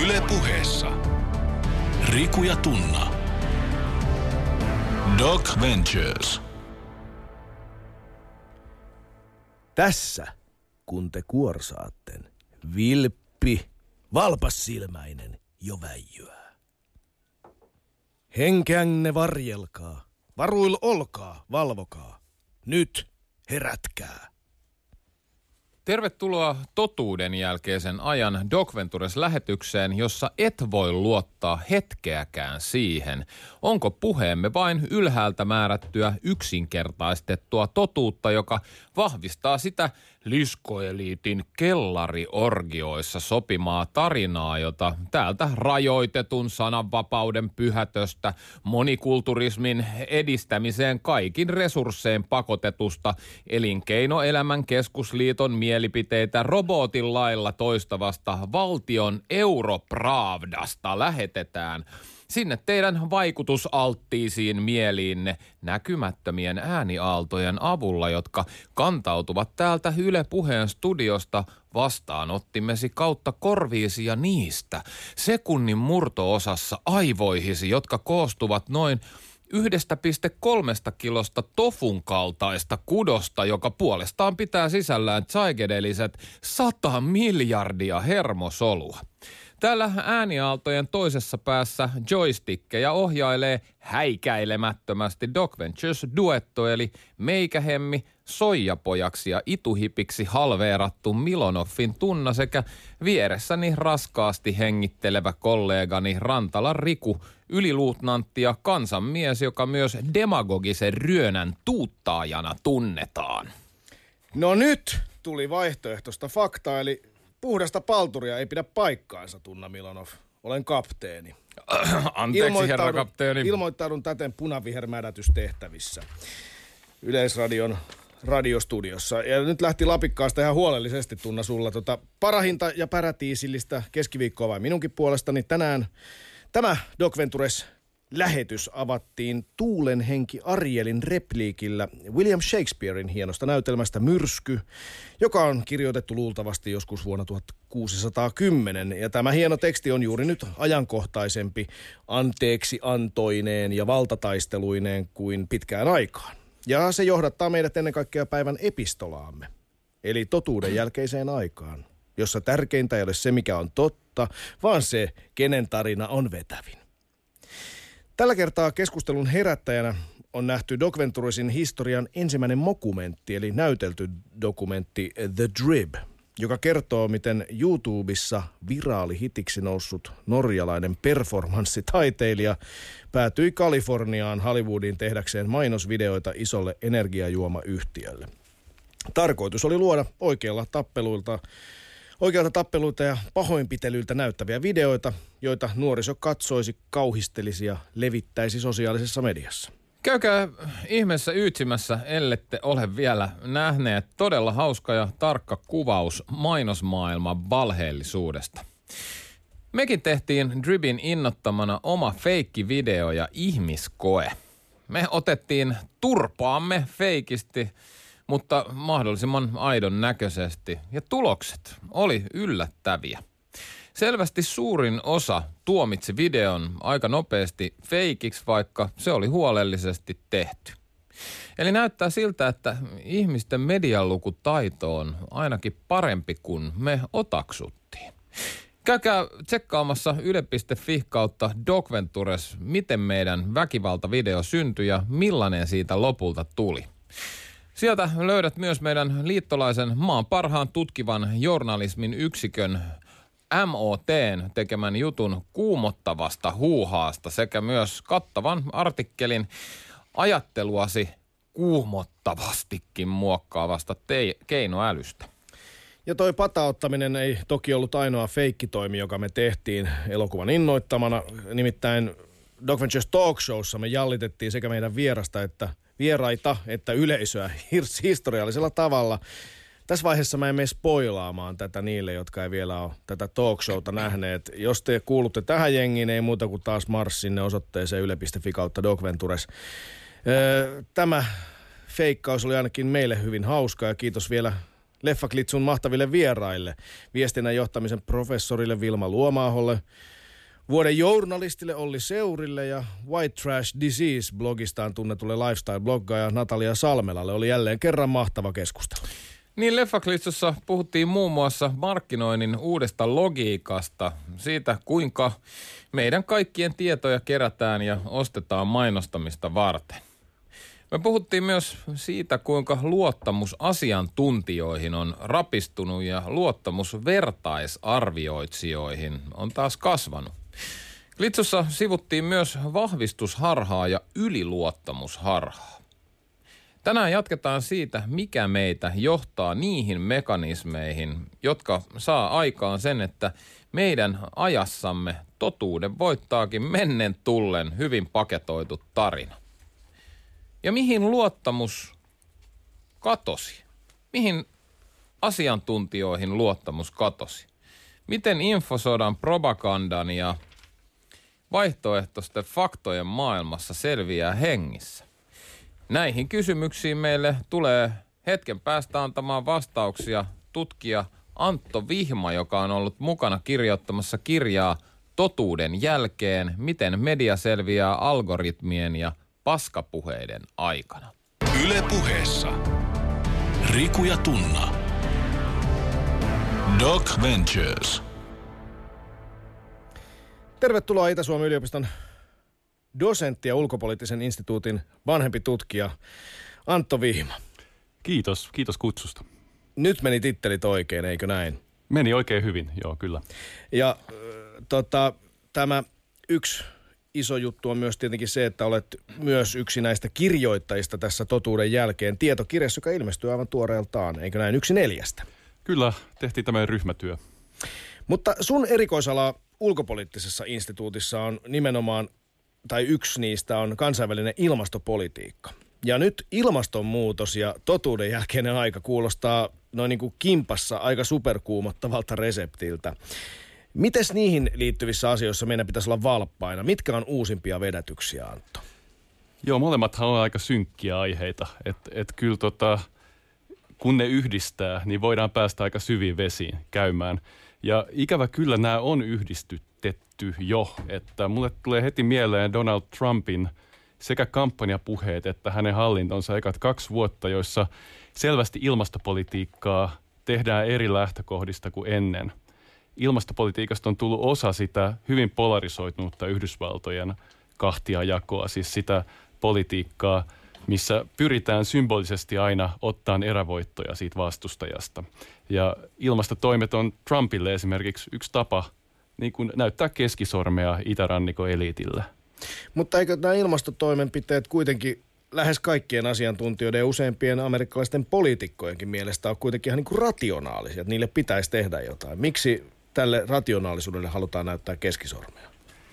Yle Puheessa Riku ja Tunna. Doc Ventures. Tässä, kun te kuorsaatten, vilppi, valpassilmäinen jo väijyää. Henkeänne varjelkaa, varuil olkaa, valvokaa. Nyt herätkää. Tervetuloa totuuden jälkeisen ajan Doc Ventures-lähetykseen, jossa et voi luottaa hetkeäkään siihen, onko puheemme vain ylhäältä määrättyä yksinkertaistettua totuutta, joka vahvistaa sitä liskoeliitin kellariorgioissa sopimaa tarinaa, jota täältä rajoitetun sananvapauden pyhätöstä monikulturismin edistämiseen kaikin resurssein pakotetusta Elinkeinoelämän keskusliiton mielipiteitä robotin lailla toistavasta valtion europravdasta lähetetään sinne teidän vaikutusalttiisiin mieliinne näkymättömien ääniaaltojen avulla, jotka kantautuvat täältä Yle Puheen studiosta vastaanottimesi kautta korviisi ja niistä sekunnin murto-osassa aivoihisi, jotka koostuvat noin 1,3 kilosta tofun kaltaista kudosta, joka puolestaan pitää sisällään psykedeliset 100 miljardia hermosolua. Täällä ääniaaltojen toisessa päässä joystickeja ohjailee häikäilemättömästi Doc Ventures-duetto, eli meikähemmi, soijapojaksi ja ituhipiksi halveerattu Milonoffin Tunna sekä vieressäni raskaasti hengittelevä kollegani Rantalan Riku, yliluutnantti ja kansanmies, joka myös demagogisen ryönän tuuttaajana tunnetaan. No nyt tuli vaihtoehtoista faktaa, eli puhdasta palturia ei pidä paikkaansa, Tunna Milonov. Olen kapteeni. Anteeksi, herra kapteeni. Ilmoittaudun täten punavihermädätystehtävissä Yleisradion radiostudiossa. Ja nyt lähti Lapikkaasta ihan huolellisesti, Tunna, sulla. Parahinta ja paratiisillista keskiviikkoa vai minunkin puolestani. Tänään tämä Doc Ventures lähetys avattiin Tuulen henki Arielin repliikillä William Shakespearein hienosta näytelmästä Myrsky, joka on kirjoitettu luultavasti joskus vuonna 1610. Ja tämä hieno teksti on juuri nyt ajankohtaisempi, anteeksi antoineen ja valtataisteluineen kuin pitkään aikaan. Ja se johdattaa meidät ennen kaikkea päivän epistolaamme, eli totuuden jälkeiseen aikaan, jossa tärkeintä ei ole se, mikä on totta, vaan se, kenen tarina on vetävin. Tällä kertaa keskustelun herättäjänä on nähty Doc Venturesin historian ensimmäinen mokumentti, eli näytelty dokumentti The Drib, joka kertoo, miten YouTubessa viraalihitiksi noussut norjalainen performanssitaiteilija päätyi Kaliforniaan Hollywoodiin tehdäkseen mainosvideoita isolle energiajuomayhtiölle. Tarkoitus oli luoda oikealta tappeluilta ja pahoinpitelyiltä näyttäviä videoita, joita nuoriso katsoisi, kauhistelisi ja levittäisi sosiaalisessa mediassa. Käykää ihmeessä yytsimässä, ellette ole vielä nähneet todella hauska ja tarkka kuvaus mainosmaailman valheellisuudesta. Mekin tehtiin Dribin innottamana oma feikkivideo ja ihmiskoe. Me otettiin turpaamme feikisti, mutta mahdollisimman aidon näköisesti, ja tulokset oli yllättäviä. Selvästi suurin osa tuomitsi videon aika nopeasti feikiksi, vaikka se oli huolellisesti tehty. Eli näyttää siltä, että ihmisten medialukutaito on ainakin parempi kuin me otaksuttiin. Käykää tsekkaamassa yle.fi kautta Doc Ventures, miten meidän väkivaltavideo syntyi ja millainen siitä lopulta tuli. Sieltä löydät myös meidän liittolaisen maan parhaan tutkivan journalismin yksikön MOT:n tekemän jutun kuumottavasta huuhaasta sekä myös kattavan artikkelin ajatteluasi kuumottavastikin muokkaavasta keinoälystä. Ja toi patauttaminen ei toki ollut ainoa feikkitoimi, joka me tehtiin elokuvan innoittamana. Nimittäin Doc Ventures Talk Showssa me jallitettiin sekä meidän vieraita että yleisöä historiallisella tavalla. Tässä vaiheessa mä en mene spoilaamaan tätä niille, jotka ei vielä ole tätä talk showta nähneet. Jos te kuulutte tähän jengiin, ei muuta kuin taas marssi sinne osoitteeseen yle.fi kautta Doc Ventures. Tämä feikkaus oli ainakin meille hyvin hauska ja kiitos vielä Leffaklitsun mahtaville vieraille, viestinnän johtamisen professorille Vilma Luomaaholle, vuoden journalistille Olli Seurille ja White Trash Disease-blogistaan tunnetulle lifestyle-bloggaaja Natalia Salmelalle oli jälleen kerran mahtava keskustelu. Niin Leffaklitsussa puhuttiin muun muassa markkinoinnin uudesta logiikasta, siitä kuinka meidän kaikkien tietoja kerätään ja ostetaan mainostamista varten. Me puhuttiin myös siitä, kuinka luottamus asiantuntijoihin on rapistunut ja luottamus vertaisarvioitsijoihin on taas kasvanut. Klitsussa sivuttiin myös vahvistusharhaa ja yliluottamusharhaa. Tänään jatketaan siitä, mikä meitä johtaa niihin mekanismeihin, jotka saa aikaan sen, että meidän ajassamme totuuden voittaakin mennen tullen hyvin paketoitu tarina. Ja mihin luottamus katosi? Mihin asiantuntijoihin luottamus katosi? Miten infosodan, propagandan ja vaihtoehtoisten faktojen maailmassa selviää hengissä? Näihin kysymyksiin meille tulee hetken päästä antamaan vastauksia tutkija Antto Vihma, joka on ollut mukana kirjoittamassa kirjaa Totuuden jälkeen, miten media selviää algoritmien ja paskapuheiden aikana. Yle Puheessa Riku ja Tunna. Doc Ventures. Tervetuloa Itä-Suomen yliopiston dosentti ja ulkopoliittisen instituutin vanhempi tutkija Antto Vihma. Kiitos kutsusta. Nyt meni tittelit oikein, eikö näin? Meni oikein hyvin, joo kyllä. Ja tämä yksi iso juttu on myös tietenkin se, että olet myös yksi näistä kirjoittajista tässä Totuuden jälkeen tietokirjassa, joka ilmestyy aivan tuoreeltaan, eikö näin, 1/4. Kyllä, tehtiin tämä ryhmätyö. Mutta sun erikoisala ulkopoliittisessa instituutissa on nimenomaan, tai yksi niistä on kansainvälinen ilmastopolitiikka. Ja nyt ilmastonmuutos ja totuuden jälkeinen aika kuulostaa noin niin kuin kimpassa aika superkuumottavalta reseptiltä. Mites niihin liittyvissä asioissa meidän pitäisi olla valppaina? Mitkä on uusimpia vedätyksiä, Antto? Joo, molemmathan on aika synkkiä aiheita. Et kyllä kun ne yhdistää, niin voidaan päästä aika syviin vesiin käymään. Ja ikävä kyllä nämä on yhdistytetty jo. Että mulle tulee heti mieleen Donald Trumpin sekä kampanjapuheet että hänen hallintonsa ekat 2 vuotta, joissa selvästi ilmastopolitiikkaa tehdään eri lähtökohdista kuin ennen. Ilmastopolitiikasta on tullut osa sitä hyvin polarisoitunutta Yhdysvaltojen kahtiajakoa, siis sitä politiikkaa, missä pyritään symbolisesti aina ottamaan erävoittoja siitä vastustajasta. Ja ilmastotoimet on Trumpille esimerkiksi yksi tapa niin kuin näyttää keskisormea itärannikon eliitille. Mutta eikö nämä ilmastotoimenpiteet kuitenkin lähes kaikkien asiantuntijoiden ja useimpien amerikkalaisten poliitikkojenkin mielestä on kuitenkin ihan niin kuin rationaalisia, että niille pitäisi tehdä jotain. Miksi tälle rationaalisuudelle halutaan näyttää keskisormea?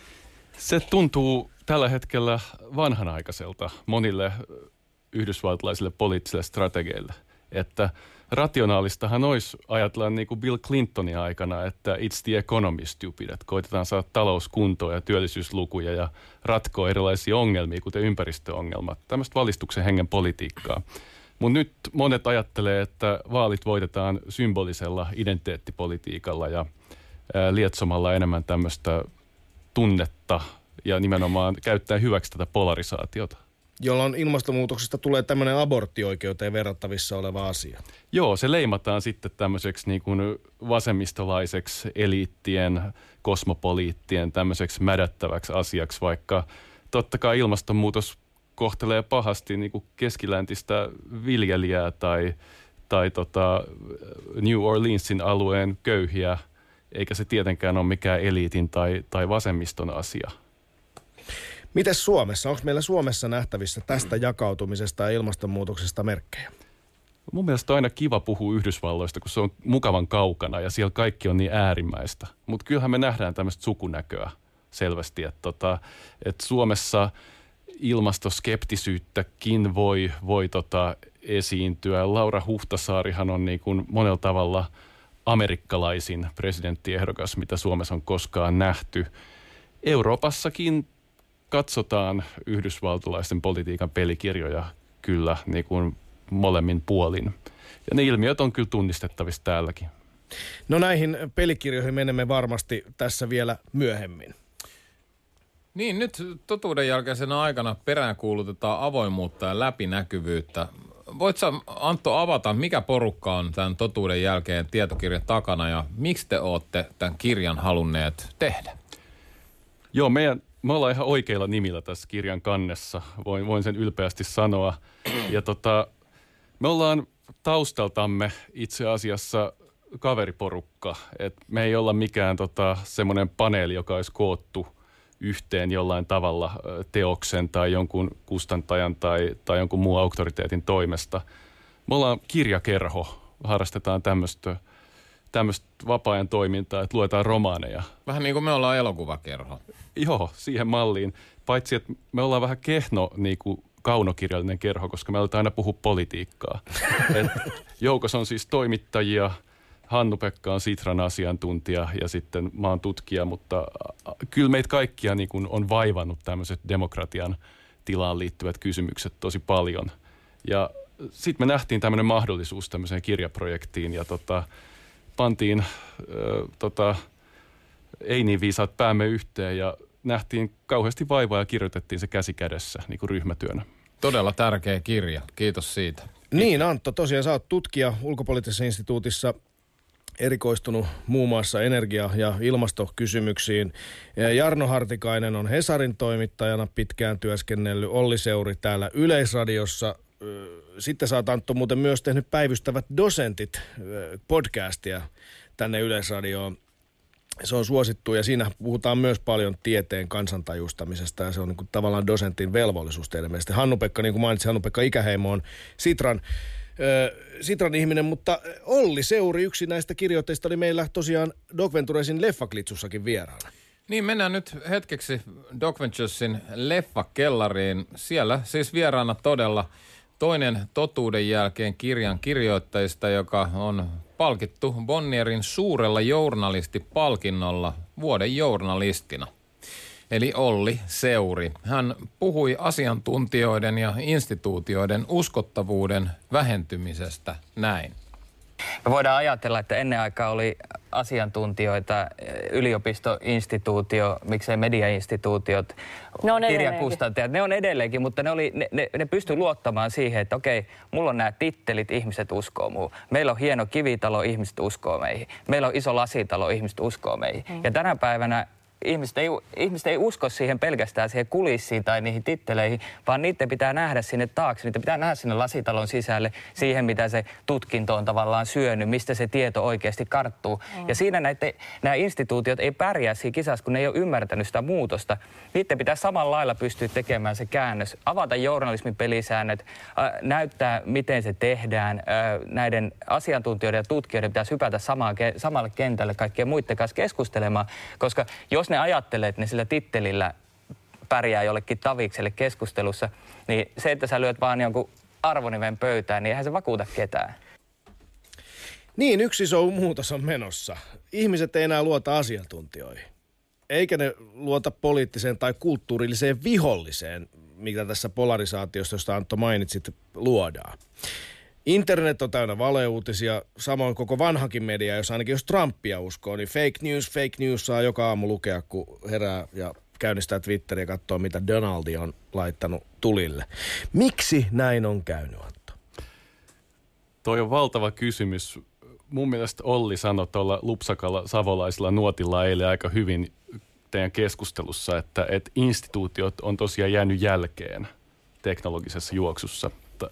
Se tuntuu tällä hetkellä vanhanaikaiselta monille yhdysvaltalaisille poliittisille strategeille, että rationaalistahan olisi ajatella niin kuin Bill Clintonin aikana, että it's the economy stupid, että koitetaan saada talouskuntoa ja työllisyyslukuja ja ratkoa erilaisia ongelmia, kuten ympäristöongelmat, tämmöistä valistuksen hengen politiikkaa. Mutta nyt monet ajattelee, että vaalit voitetaan symbolisella identiteettipolitiikalla ja lietsomalla enemmän tämmöistä tunnetta ja nimenomaan käyttää hyväksi tätä polarisaatiota. Jolloin ilmastonmuutoksesta tulee tämmöinen aborttioikeuteen verrattavissa oleva asia. Joo, se leimataan sitten tämmöiseksi niin kuin vasemmistolaiseksi eliittien, kosmopoliittien tämmöiseksi mädättäväksi asiaksi, vaikka totta kai ilmastonmuutos kohtelee pahasti niin kuin keskiläntistä viljelijää tai New Orleansin alueen köyhiä, eikä se tietenkään ole mikään eliitin tai vasemmiston asia. Mites Suomessa? Onko meillä Suomessa nähtävissä tästä jakautumisesta ja ilmastonmuutoksesta merkkejä? Mun mielestä on aina kiva puhua Yhdysvalloista, kun se on mukavan kaukana ja siellä kaikki on niin äärimmäistä. Mutta kyllähän me nähdään tämmöistä sukunäköä selvästi, että Suomessa ilmastoskeptisyyttäkin voi esiintyä. Laura Huhtasaarihan on niin kuin monella tavalla amerikkalaisin presidenttiehdokas, mitä Suomessa on koskaan nähty. Euroopassakin katsotaan yhdysvaltalaisten politiikan pelikirjoja kyllä niin kuin molemmin puolin. Ja ne ilmiöt on kyllä tunnistettavissa täälläkin. No näihin pelikirjoihin menemme varmasti tässä vielä myöhemmin. Niin, nyt totuuden jälkeisenä aikana peräänkuulutetaan avoimuutta ja läpinäkyvyyttä. Voitko sä, Antto, avata, mikä porukka on tämän totuuden jälkeen tietokirjan takana ja miksi te olette tämän kirjan halunneet tehdä? Joo, me ollaan ihan oikeilla nimillä tässä kirjan kannessa, voin sen ylpeästi sanoa. Ja me ollaan taustaltamme itse asiassa kaveriporukka. Et me ei olla mikään semmoinen paneeli, joka olisi koottu yhteen jollain tavalla teoksen tai jonkun kustantajan tai jonkun muun auktoriteetin toimesta. Me ollaan kirjakerho, harrastetaan tämmöistä vapaa-ajan toimintaa, että luetaan romaaneja. Vähän niin kuin me ollaan elokuvakerho. Joo, siihen malliin. Paitsi, että me ollaan vähän kehno niin kuin kaunokirjallinen kerho, koska me aletaan aina puhua politiikkaa. Joukossa on siis toimittajia, Hannu-Pekka on Sitran asiantuntija ja sitten mä oon tutkija, mutta kyllä meitä kaikkia niin kuin on vaivannut tämmöiset demokratian tilaan liittyvät kysymykset tosi paljon. Ja sitten me nähtiin tämmöinen mahdollisuus tämmöiseen kirjaprojektiin ja pantiin ei niin viisaat päämme yhteen ja nähtiin kauheasti vaivaa ja kirjoitettiin se käsi kädessä niin kuin ryhmätyönä. Todella tärkeä kirja. Kiitos siitä. Niin, Antto, tosiaan sä oot tutkija Ulkopoliittisessa instituutissa, erikoistunut muun muassa energia- ja ilmastokysymyksiin. Jarno Hartikainen on Hesarin toimittajana pitkään työskennellyt, Olli Seuri täällä Yleisradiossa. Sitten sä oot, Antto, muuten myös tehnyt Päivystävät dosentit podcastia tänne Yleisradioon. Se on suosittu ja siinä puhutaan myös paljon tieteen kansantajustamisesta ja se on niin kuin tavallaan dosentin velvollisuus teidän mielestä. Hannu-Pekka, niin kuin mainitsin, Hannu-Pekka Ikäheimo on Sitran ihminen, mutta Olli Seuri, yksi näistä kirjoitteista, oli meillä tosiaan Doc Venturesin leffaklitsussakin vieraana. Niin, mennään nyt hetkeksi Doc Venturesin leffakellariin. Siellä siis vieraana todella toinen totuuden jälkeen kirjan kirjoittajista, joka on palkittu Bonnierin suurella journalistipalkinnolla vuoden journalistina. Eli Olli Seuri. Hän puhui asiantuntijoiden ja instituutioiden uskottavuuden vähentymisestä näin. Me voidaan ajatella, että ennen aikaa oli asiantuntijoita, yliopistoinstituutio, miksei mediainstituutiot, kirjakustantajat. Ne on edelleenkin, mutta ne pysty luottamaan siihen, että okei, mulla on nämä tittelit, ihmiset uskoo muu. Meillä on hieno kivitalo, ihmiset uskoo meihin. Meillä on iso lasitalo, ihmiset uskoo meihin. Ja tänä päivänä ihmiset ei usko siihen pelkästään siihen kulissiin tai niihin titteleihin, vaan niiden pitää nähdä sinne taakse, niiden pitää nähdä sinne lasitalon sisälle, siihen mitä se tutkinto on tavallaan syönyt, mistä se tieto oikeasti karttuu. Ja siinä nämä instituutiot ei pärjää siinä kisassa, kun ne ei ole ymmärtänyt sitä muutosta. Niiden pitää samalla lailla pystyä tekemään se käännös, avata journalismin pelisäännöt, näyttää miten se tehdään. Näiden asiantuntijoiden ja tutkijoiden pitäisi hypätä samalle kentälle kaikkien muiden kanssa keskustelemaan, koska jos ne ajattelee, että ne sillä tittelillä pärjää jollekin tavikselle keskustelussa, niin se, että sä lyöt vaan jonkun arvonimen pöytään, niin eihän se vakuuta ketään. Niin, yksi iso muutos on menossa. Ihmiset ei enää luota asiantuntijoihin. Eikä ne luota poliittiseen tai kulttuurilliseen viholliseen, mitä tässä polarisaatiosta, josta Antto mainitsit, luodaan. Internet on täynnä valeuutisia, samoin koko vanhakin media, jos Trumpia uskoo, niin fake news saa joka aamu lukea, kun herää ja käynnistää Twitteriä ja katsoo, mitä Donaldi on laittanut tulille. Miksi näin on käynyt, Antto? Toi on valtava kysymys. Mun mielestä Olli sanoi tuolla lupsakalla savolaisella nuotilla eilen aika hyvin teidän keskustelussa, että instituutiot on tosiaan jäänyt jälkeen teknologisessa juoksussa.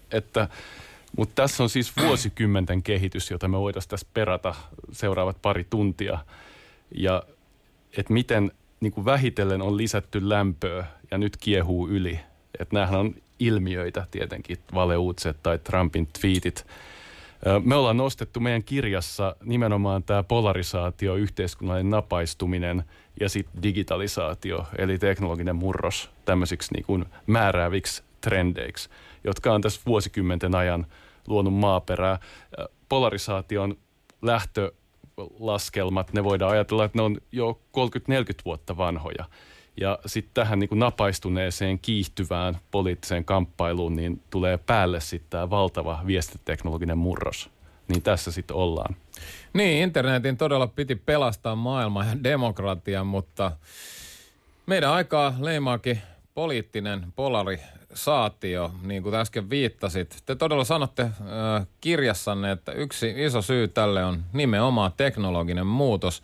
Mutta tässä on siis vuosikymmenten kehitys, jota me voitaisiin tässä perata seuraavat pari tuntia. Ja että miten niin kuin vähitellen on lisätty lämpöä ja nyt kiehuu yli. Että näähän on ilmiöitä tietenkin, valeuutiset tai Trumpin tweetit. Me ollaan nostettu meidän kirjassa nimenomaan tämä polarisaatio, yhteiskunnallinen napaistuminen ja sitten digitalisaatio, eli teknologinen murros tämmöisiksi niin kuin määrääviksi trendeiksi, jotka on tässä vuosikymmenten ajan luonut maaperää. Polarisaation lähtölaskelmat, ne voidaan ajatella, että ne on jo 30-40 vuotta vanhoja. Ja sitten tähän niin kuin napaistuneeseen kiihtyvään poliittiseen kamppailuun niin tulee päälle sitten tämä valtava viestiteknologinen murros. Niin tässä sitten ollaan. Niin, internetin todella piti pelastaa maailma ja demokratian, mutta meidän aikaa leimaakin poliittinen polarisaatio, niin kuin äsken viittasit. Te todella sanotte kirjassanne, että yksi iso syy tälle on nimenomaan teknologinen muutos.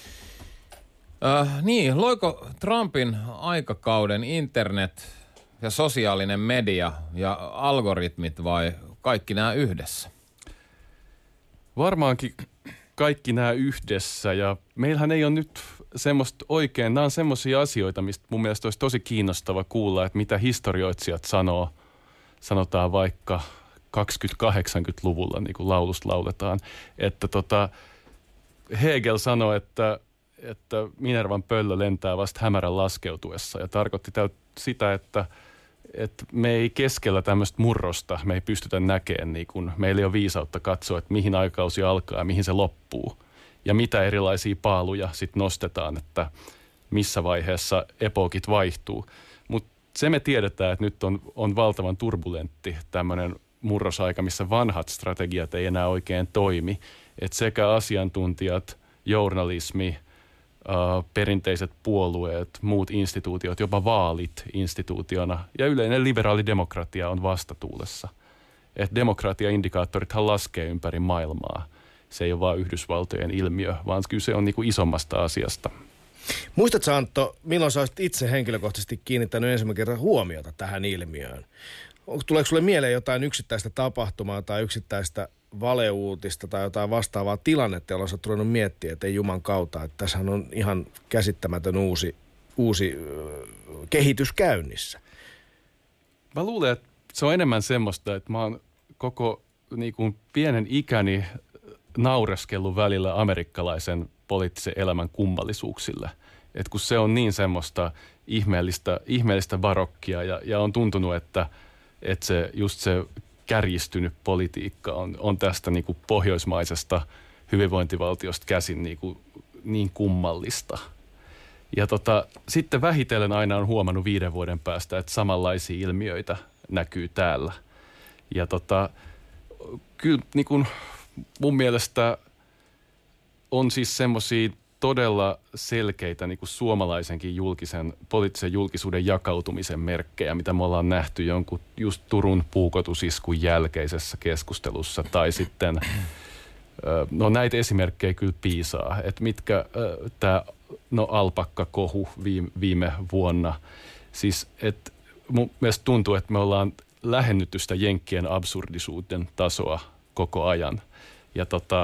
Niin, loiko Trumpin aikakauden internet ja sosiaalinen media ja algoritmit vai kaikki nämä yhdessä? Varmaankin kaikki nämä yhdessä ja meillähän ei ole nyt semmoista oikein, nämä on semmoisia asioita, mistä mun mielestä olisi tosi kiinnostava kuulla, että mitä historioitsijat sanotaan vaikka 20-80-luvulla, niin kuin laulusta lauletaan. Että Hegel sanoi, että Minervan pöllö lentää vasta hämärän laskeutuessa ja tarkoitti sitä, että me ei keskellä tämmöistä murrosta, me ei pystytä näkemään, niin kun meillä ei ole viisautta katsoa, että mihin aikausi alkaa ja mihin se loppuu. Ja mitä erilaisia paaluja sitten nostetaan, että missä vaiheessa epokit vaihtuu. Mutta se me tiedetään, että nyt on valtavan turbulentti tämmöinen murrosaika, missä vanhat strategiat ei enää oikein toimi. Että sekä asiantuntijat, journalismi, perinteiset puolueet, muut instituutiot, jopa vaalit instituutiona ja yleinen liberaalidemokratia on vastatuulessa. Että demokratiaindikaattorithan laskee ympäri maailmaa. Se ei ole vain Yhdysvaltojen ilmiö, vaan kyllä se on niin kuin isommasta asiasta. Muistatko, Antto, milloin sä olisit itse henkilökohtaisesti kiinnittänyt ensimmäisen kerran huomiota tähän ilmiöön? Tuleeko sulle mieleen jotain yksittäistä tapahtumaa tai yksittäistä valeuutista tai jotain vastaavaa tilannetta, jolloin sä oot ruvennut miettiä, että ei juman kautta, että tässähän on ihan käsittämätön uusi kehitys käynnissä? Mä luulen, että se on enemmän semmoista, että mä oon koko niin kuin pienen ikäni naureskellut välillä amerikkalaisen poliittisen elämän kummallisuuksille. Että kun se on niin semmoista ihmeellistä barokkia ja on tuntunut, että se kärjistynyt politiikka on tästä niin kuin pohjoismaisesta hyvinvointivaltiosta käsin niin kummallista. Ja sitten vähitellen aina on huomannut 5 vuoden päästä, että samanlaisia ilmiöitä näkyy täällä. Ja kyllä niin kuin mun mielestä on siis semmoisia todella selkeitä niin kuin suomalaisenkin poliittisen julkisuuden jakautumisen merkkejä, mitä me ollaan nähty jonkun just Turun puukotusiskun jälkeisessä keskustelussa. Tai sitten, no näitä esimerkkejä kyllä piisaa, että mitkä tämä alpakkakohu viime vuonna. Siis, että mun mielestä tuntuu, että me ollaan lähennytty sitä jenkkien absurdisuuden tasoa koko ajan. Ja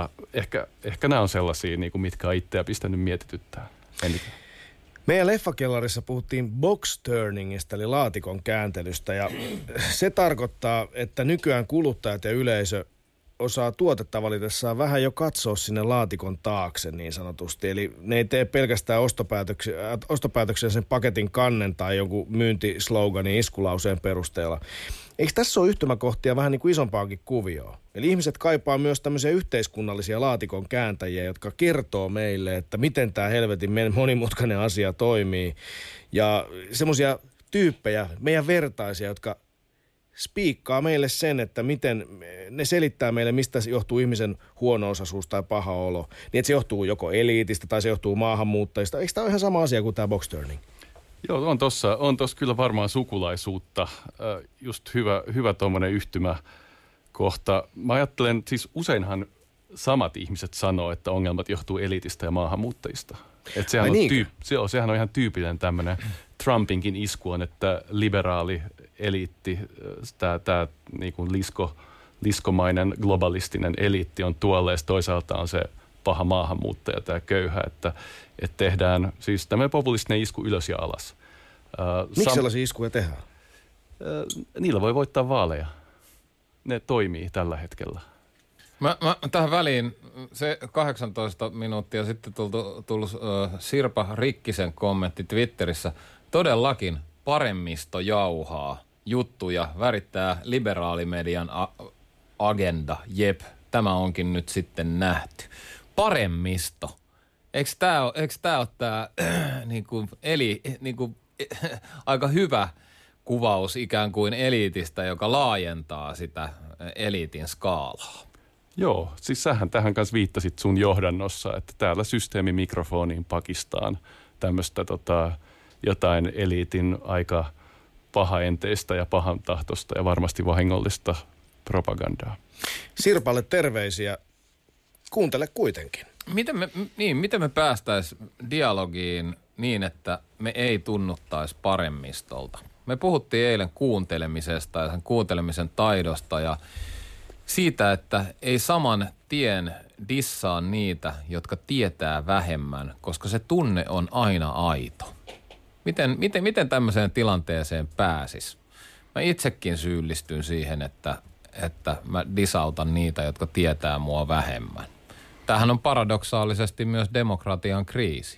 ehkä nämä on sellaisia, niin kuin mitkä on itseä pistänyt mietityttää eniten. Meidän leffakellarissa puhuttiin box turningista, eli laatikon kääntelystä, ja se tarkoittaa, että nykyään kuluttajat ja yleisö osaa tuotetta valitessaan vähän jo katsoa sinne laatikon taakse niin sanotusti. Eli ne ei tee pelkästään ostopäätöksiä sen paketin kannen tai jonkun myyntisloganin iskulauseen perusteella. Eikö tässä ole yhtymäkohtia vähän niin kuin isompaankin kuvioon? Eli ihmiset kaipaa myös tämmöisiä yhteiskunnallisia laatikon kääntäjiä, jotka kertoo meille, että miten tämä helvetin monimutkainen asia toimii. Ja semmoisia tyyppejä, meidän vertaisia, jotka spiikkaa meille sen, että miten ne selittää meille, mistä johtuu ihmisen huono-osaisuus tai paha olo. Niin, että se johtuu joko eliitistä tai se johtuu maahanmuuttajista. Eikö tämä ole ihan sama asia kuin tämä box turning? Joo, on tossa kyllä varmaan sukulaisuutta. Just hyvä tuommoinen yhtymäkohta. Mä ajattelen, siis useinhan samat ihmiset sanoo, että ongelmat johtuu eliitistä ja maahanmuuttajista. Että sehän on ihan tyypillinen tämmöinen Trumpinkin isku on, että liberaali eliitti, tämä niinku liskomainen globalistinen eliitti on tuolla ja toisaalta on se paha maahanmuuttaja, tämä köyhä, että tehdään siis tämmöinen populistinen isku ylös ja alas. Miksi sellaisia iskuja tehdään? Niillä voi voittaa vaaleja. Ne toimii tällä hetkellä. Mä tähän väliin, se 18 minuuttia sitten tullut Sirpa Rikkisen kommentti Twitterissä. Todellakin paremmisto jauhaa juttuja, värittää liberaalimedian agenda. Jep, tämä onkin nyt sitten nähty. Paremmisto. Eikö tämä ole tämä aika hyvä kuvaus ikään kuin eliitistä, joka laajentaa sitä eliitin skaalaa? Joo, siis sähän tähän kanssa viittasit sun johdannossa, että täällä systeemimikrofoniin pakistaan tämmöistä jotain eliitin aika pahaenteistä ja pahantahtoista ja varmasti vahingollista propagandaa. Sirpalle terveisiä. Kuuntele kuitenkin. Miten me päästäisiin dialogiin niin, että me ei tunnuttaisi paremmistolta? Me puhuttiin eilen kuuntelemisesta ja sen kuuntelemisen taidosta ja siitä, että ei saman tien dissaa niitä, jotka tietää vähemmän, koska se tunne on aina aito. Miten tämmöiseen tilanteeseen pääsis? Mä itsekin syyllistyn siihen, että mä disautan niitä, jotka tietää mua vähemmän. Tämähän on paradoksaalisesti myös demokratian kriisi.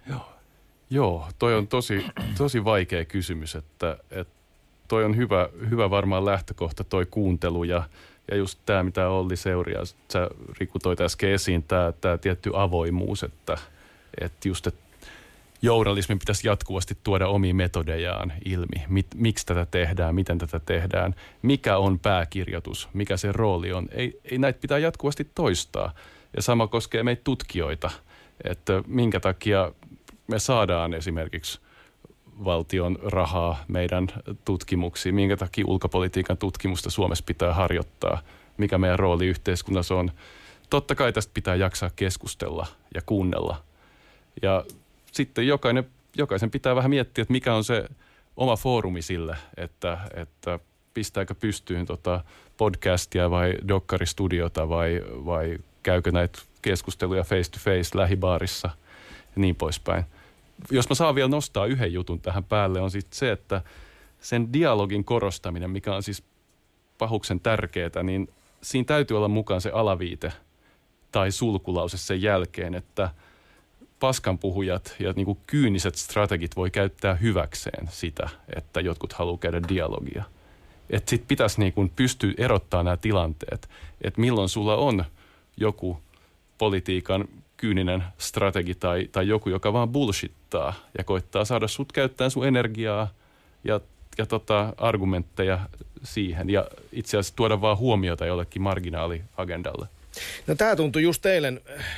Joo, toi on tosi vaikea kysymys, että toi on hyvä varmaan lähtökohta toi kuuntelu ja just tämä, mitä Olli Seuri ja sä Riku toit äsken esiin, tämä tietty avoimuus, että just, että journalismin pitäisi jatkuvasti tuoda omia metodejaan ilmi. Miksi tätä tehdään, miten tätä tehdään, mikä on pääkirjoitus, mikä se rooli on. Ei näitä pitää jatkuvasti toistaa. Ja sama koskee meitä tutkijoita, että minkä takia me saadaan esimerkiksi valtion rahaa meidän tutkimuksiin, minkä takia ulkopolitiikan tutkimusta Suomessa pitää harjoittaa, mikä meidän rooli yhteiskunnassa on. Totta kai tästä pitää jaksaa keskustella ja kuunnella. Ja sitten jokaisen pitää vähän miettiä, että mikä on se oma foorumi sille, että pistääkö pystyyn podcastia vai dokkaristudiota vai käykö näitä keskusteluja face to face lähibaarissa ja niin poispäin. Jos mä saan vielä nostaa yhden jutun tähän päälle, on sitten se, että sen dialogin korostaminen, mikä on siis pahuksen tärkeää, niin siinä täytyy olla mukaan se alaviite tai sulkulause sen jälkeen, että paskanpuhujat ja niin kuin kyyniset strategit voi käyttää hyväkseen sitä, että jotkut haluaa käydä dialogia. Että sit pitäisi niin kuin pystyä erottamaan nämä tilanteet, että milloin sulla on joku politiikan kyyninen strategi tai joku, joka vaan bullshittaa ja koittaa saada sut käyttämään sun energiaa ja argumentteja siihen ja itse asiassa tuoda vaan huomiota jollekin marginaaliagendalle. No tää tuntui just eilen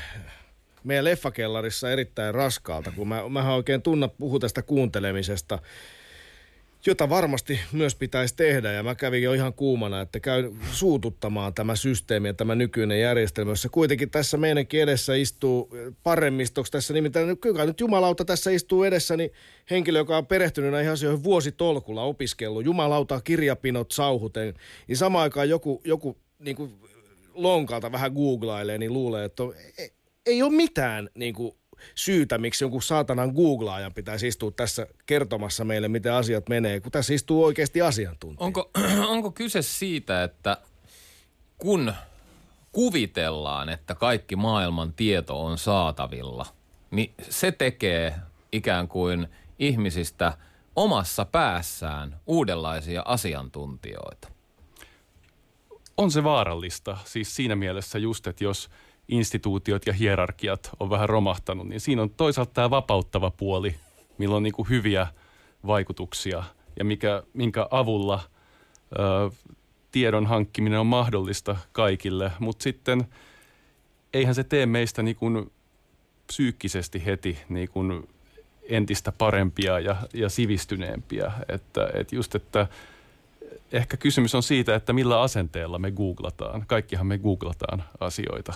meidän leffakellarissa erittäin raskaalta, kun mähän oikein puhun tästä kuuntelemisesta, jota varmasti myös pitäisi tehdä. Ja mä kävin jo ihan kuumana, että käyn suututtamaan tämä systeemi ja tämä nykyinen järjestelmä, jossa kuitenkin tässä meidänkin edessä istuu paremmistoksi tässä nimittäin. Kyllä nyt jumalauta tässä istuu edessäni henkilö, joka on perehtynyt näihin asioihin vuositolkulla opiskellut. Jumalauta kirjapinot sauhuten. Niin samaan aikaan joku niin kuin lonkalta vähän googlailee, niin luulee, että ei ole mitään niin kuin syytä, miksi jonkun saatanan googlaajan pitäisi istua tässä kertomassa meille, miten asiat menee, kun tässä istuu oikeasti asiantuntija. Onko kyse siitä, että kun kuvitellaan, että kaikki maailman tieto on saatavilla, niin se tekee ikään kuin ihmisistä omassa päässään uudenlaisia asiantuntijoita? On se vaarallista. Siis siinä mielessä just, että jos instituutiot ja hierarkiat on vähän romahtanut, niin siinä on toisaalta tämä vapauttava puoli, millä on niin kuin hyviä vaikutuksia ja minkä avulla tiedon hankkiminen on mahdollista kaikille, mutta sitten eihän se tee meistä niin kuin psyykkisesti heti niin kuin entistä parempia ja sivistyneempiä. Että ehkä kysymys on siitä, että millä asenteella me googlataan. Kaikkihan me googlataan asioita.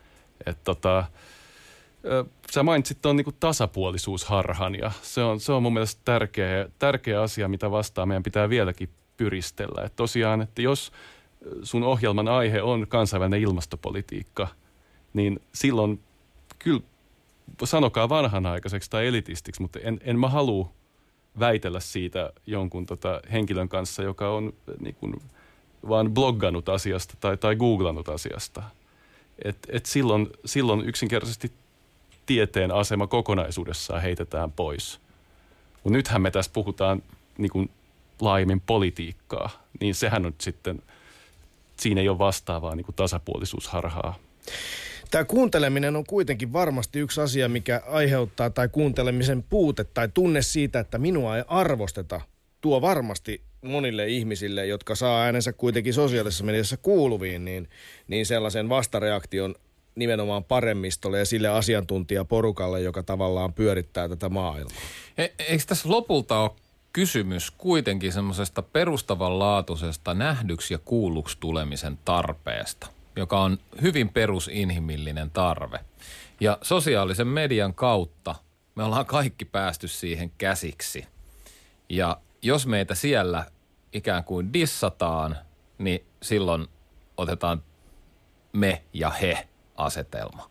Sä mainitsit tuon niinku tasapuolisuusharhan ja se on mun mielestä tärkeä asia, mitä vastaan meidän pitää vieläkin pyristellä. Et tosiaan, että jos sun ohjelman aihe on kansainvälinen ilmastopolitiikka, niin silloin kyllä sanokaa vanhanaikaiseksi tai elitistiksi, mutta en mä halua väitellä siitä jonkun henkilön kanssa, joka on niin kuin vaan bloggannut asiasta tai googlannut asiasta. Et silloin yksinkertaisesti tieteen asema kokonaisuudessaan heitetään pois. Mutta nythän me tässä puhutaan niin kuin laajemmin politiikkaa, niin sehän on sitten, siinä ei ole vastaavaa niin kuin tasapuolisuusharhaa. Tämä kuunteleminen on kuitenkin varmasti yksi asia, mikä aiheuttaa tai kuuntelemisen puute tai tunne siitä, että minua ei arvosteta, tuo varmasti monille ihmisille, jotka saa äänensä kuitenkin sosiaalisessa mediassa kuuluviin, niin sellaisen vastareaktion nimenomaan paremmistolle ja sille asiantuntijaporukalle, joka tavallaan pyörittää tätä maailmaa. Eikö tässä lopulta ole kysymys kuitenkin semmoisesta perustavanlaatuisesta nähdyksi ja kuulluksi tulemisen tarpeesta, joka on hyvin perusinhimillinen tarve. Ja sosiaalisen median kautta me ollaan kaikki päästy siihen käsiksi. Ja jos meitä siellä ikään kuin dissataan, niin silloin otetaan me ja he asetelma.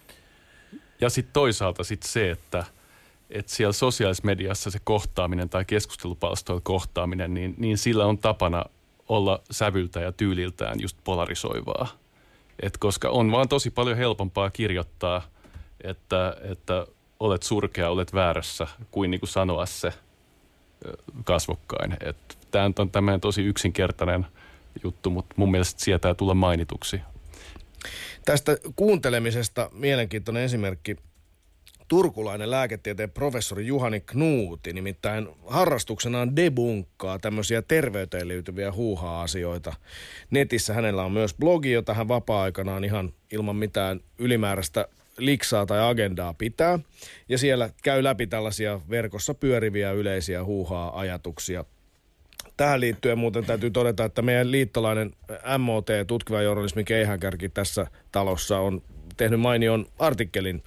Ja sitten toisaalta se, että siellä sosiaalisessa mediassa se kohtaaminen tai keskustelupalstoilla kohtaaminen, niin sillä on tapana olla sävyltä ja tyyliltään just polarisoivaa. Koska on vaan tosi paljon helpompaa kirjoittaa, että olet surkea, olet väärässä, kuin niinku sanoa se kasvokkain. Tämä on tämmöinen tosi yksinkertainen juttu, mutta mun mielestä sietää tulla mainituksi. Tästä kuuntelemisesta mielenkiintoinen esimerkki. Turkulainen lääketieteen professori Juhani Knuuti nimittäin harrastuksenaan debunkkaa tämmöisiä terveyteen liittyviä huuhaa-asioita. Netissä hänellä on myös blogi, jota hän vapaa-aikanaan ihan ilman mitään ylimääräistä liksaa tai agendaa pitää. Ja siellä käy läpi tällaisia verkossa pyöriviä yleisiä huuhaa-ajatuksia. Tähän liittyen muuten täytyy todeta, että meidän liittolainen MOT, tutkiva journalismin keihäänkärki tässä talossa, on tehnyt mainion artikkelin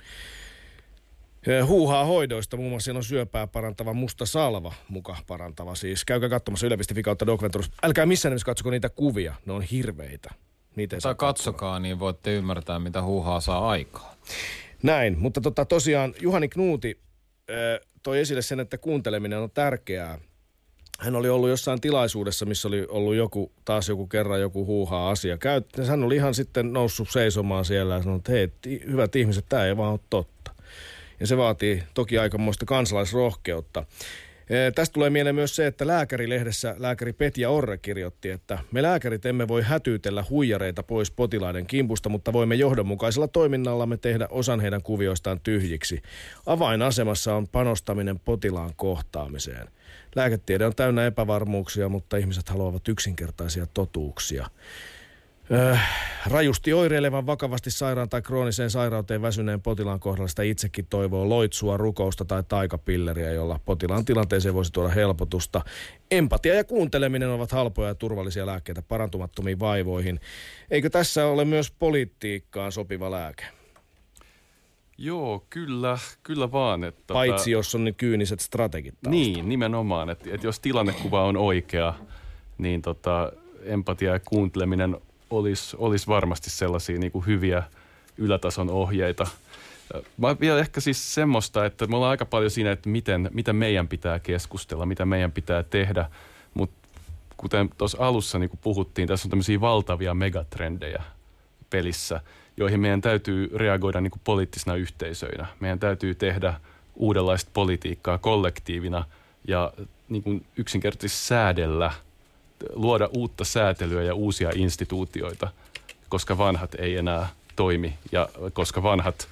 huuhaa hoidoista. Muun muassa siellä on syöpää parantava musta salva, muka parantava siis. Käykää katsomassa yle.fi/Docventurus. Älkää missään nimessä katsoko niitä kuvia, ne on hirveitä. Tai katsokaa, niin voitte ymmärtää, mitä huuhaa saa aikaa. Näin, mutta tosiaan Juhani Knuuti toi esille sen, että kuunteleminen on tärkeää. Hän oli ollut jossain tilaisuudessa, missä oli ollut joku kerran joku huuhaa asia. Hän oli ihan sitten noussut seisomaan siellä ja sanonut, että hei, hyvät ihmiset, tämä ei vaan ole totta. Ja se vaatii toki aikamoista kansalaisrohkeutta. Tästä tulee mieleen myös se, että Lääkärilehdessä lääkäri Petja Orre kirjoitti, että me lääkärit emme voi hätyytellä huijareita pois potilaiden kimpusta, mutta voimme johdonmukaisella toiminnallamme tehdä osan heidän kuvioistaan tyhjiksi. Avainasemassa on panostaminen potilaan kohtaamiseen. Lääketiede on täynnä epävarmuuksia, mutta ihmiset haluavat yksinkertaisia totuuksia. Rajusti oireilevan, vakavasti sairaan tai krooniseen sairauteen väsyneen potilaan kohdalla sitä itsekin toivoo loitsua, rukousta tai taikapilleriä, jolla potilaan tilanteeseen voisi tuoda helpotusta. Empatia ja kuunteleminen ovat halpoja ja turvallisia lääkkeitä parantumattomiin vaivoihin. Eikö tässä ole myös politiikkaan sopiva lääke? Joo, kyllä vaan. Paitsi jos on ne kyyniset strategit taustalla. Niin, nimenomaan. Että jos tilannekuva on oikea, niin empatia ja kuunteleminen olisi varmasti sellaisia niin kuin hyviä ylätason ohjeita. Mä vielä ehkä siis semmoista, että me ollaan aika paljon siinä, että miten meidän pitää keskustella, mitä meidän pitää tehdä. Mutta kuten tuossa alussa niin kuin puhuttiin, tässä on tämmöisiä valtavia megatrendejä pelissä, joihin meidän täytyy reagoida niin kuin poliittisina yhteisöinä. Meidän täytyy tehdä uudenlaista politiikkaa kollektiivina ja niin kuin yksinkertaisesti säädellä, luoda uutta säätelyä ja uusia instituutioita, koska vanhat ei enää toimi ja koska vanhat,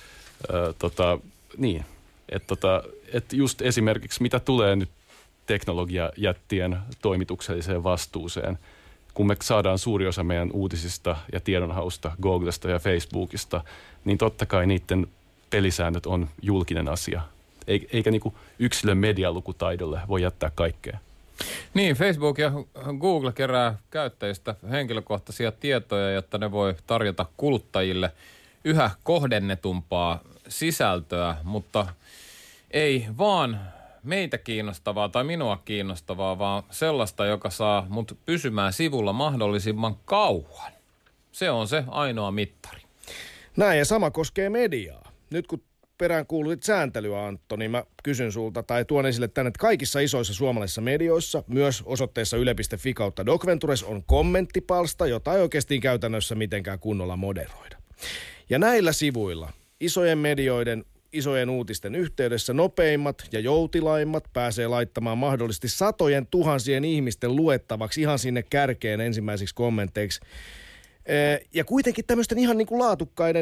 että just esimerkiksi mitä tulee nyt teknologiajättien toimitukselliseen vastuuseen, kun me saadaan suuri osa meidän uutisista ja tiedonhausta Googlesta ja Facebookista, niin totta kai niiden pelisäännöt on julkinen asia. Eikä niinku yksilön medialukutaidolle voi jättää kaikkea. Niin, Facebook ja Google kerää käyttäjistä henkilökohtaisia tietoja, jotta ne voi tarjota kuluttajille yhä kohdennetumpaa sisältöä, mutta ei vaan meitä kiinnostavaa tai minua kiinnostavaa, vaan sellaista, joka saa mut pysymään sivulla mahdollisimman kauan. Se on se ainoa mittari. Näin, ja sama koskee mediaa. Nyt kun peräänkuulutit sääntelyä, Antto, niin mä kysyn sulta tai tuon esille tänne, että kaikissa isoissa suomalaisissa medioissa, myös osoitteessa yle.fi/Docventures on kommenttipalsta, jota ei oikeasti käytännössä mitenkään kunnolla moderoida. Ja näillä sivuilla isojen medioiden, isojen uutisten yhteydessä nopeimmat ja joutilaimmat pääsee laittamaan mahdollisesti satojen tuhansien ihmisten luettavaksi ihan sinne kärkeen ensimmäisiksi kommenteiksi. Ja kuitenkin tämmöisten ihan niin kuin laatukkaiden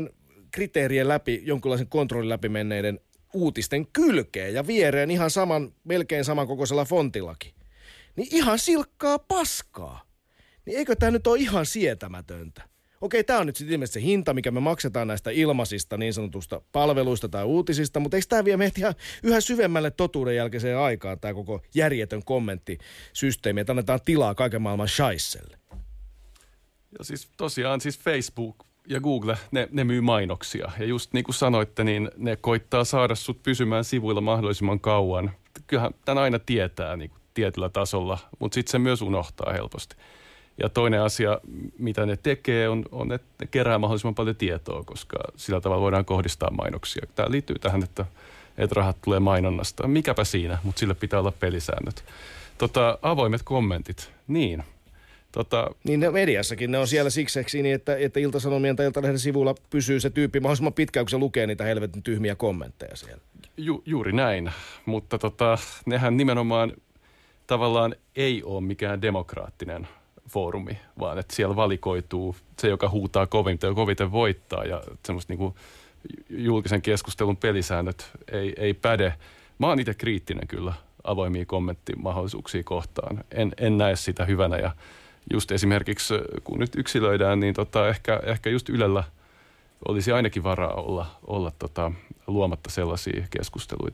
kriteerien läpi, jonkinlaisen kontrollin läpi menneiden uutisten kylkeen ja viereen ihan melkein samankokoisella fontillakin. Niin ihan silkkaa paskaa. Niin eikö tämä nyt ole ihan sietämätöntä? Okei, tämä on nyt sitten ilmeisesti se hinta, mikä me maksetaan näistä ilmaisista niin sanotusta palveluista tai uutisista, mutta eikö tämä vie meitä yhä syvemmälle totuuden jälkeiseen aikaan, tämä koko järjetön kommenttisysteemi, että annetaan tilaa kaiken maailman shaisselle? Ja siis tosiaan siis Facebook ja Google, ne myy mainoksia. Ja just niin kuin sanoitte, niin ne koittaa saada sut pysymään sivuilla mahdollisimman kauan. Kyllähän tämän aina tietää niin kuin tietyllä tasolla, mutta sitten se myös unohtaa helposti. Ja toinen asia, mitä ne tekee, on että ne kerää mahdollisimman paljon tietoa, koska sillä tavalla voidaan kohdistaa mainoksia. Tämä liittyy tähän, että rahat tulee mainonnasta. Mikäpä siinä, mutta sille pitää olla pelisäännöt. Avoimet kommentit, niin. Niin ne mediassakin, ne on siellä siksi niin, että Ilta-Sanomien tai Iltalehden sivulla pysyy se tyyppi mahdollisimman pitkään, kun se lukee niitä helvetin tyhmiä kommentteja siellä. Juuri näin, mutta nehän nimenomaan tavallaan ei ole mikään demokraattinen foorumi, vaan että siellä valikoituu se, joka huutaa koviten voittaa ja semmoista niinku julkisen keskustelun pelisäännöt ei päde. Mä oon itse kriittinen kyllä avoimia kommenttimahdollisuuksia kohtaan. En näe sitä hyvänä ja just esimerkiksi kun nyt yksilöidään, niin ehkä just Ylellä olisi ainakin varaa olla luomatta sellaisia keskusteluita.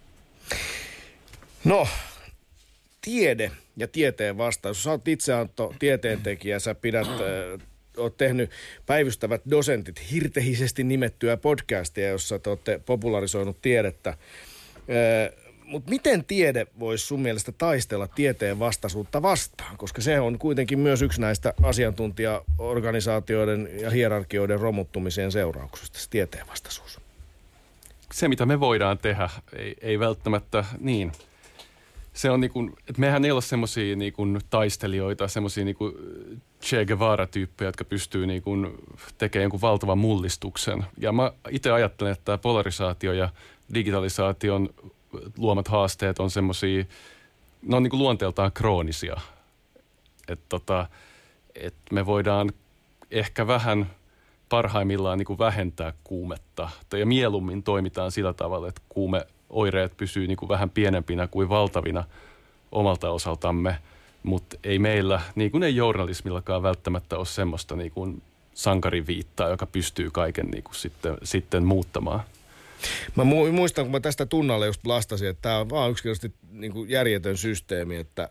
No, tiede ja tieteen vastaus. Sä oot itse, Antto, tieteentekijä, sä oot tehnyt Päivystävät dosentit hirtehisesti nimettyä podcastia, jossa te olette popularisoinut tiedettä. Mutta miten tiede voisi sun mielestä taistella tieteen vastaisuutta vastaan? Koska se on kuitenkin myös yksi näistä asiantuntijaorganisaatioiden ja hierarkioiden romuttumiseen seurauksista, se tieteen vastaisuus. Se, mitä me voidaan tehdä, ei välttämättä niin. Se on niin kuin, että mehän ei ole semmoisia niin kuin taistelijoita, semmoisia niin kuin Che Guevara-tyyppejä, jotka pystyy niin kuin tekemään jonkun valtavan mullistuksen. Ja mä itse ajattelen, että tämä polarisaatio ja digitalisaation luomat haasteet on semmoisia, ne on niin kuin luonteeltaan kroonisia. Että me voidaan ehkä vähän parhaimmillaan niin kuin vähentää kuumetta. Ja mieluummin toimitaan sillä tavalla, että kuumeoireet pysyy niin kuin vähän pienempinä kuin valtavina omalta osaltamme. Mutta ei meillä, niin kuin ei journalismillakaan välttämättä ole semmoista niin kuin sankariviittaa, joka pystyy kaiken niin kuin sitten muuttamaan. Mä muistan, kun mä tästä Tunnalle just lastasin, että tämä on vaan yksinkertaisesti niin kuin järjetön systeemi, että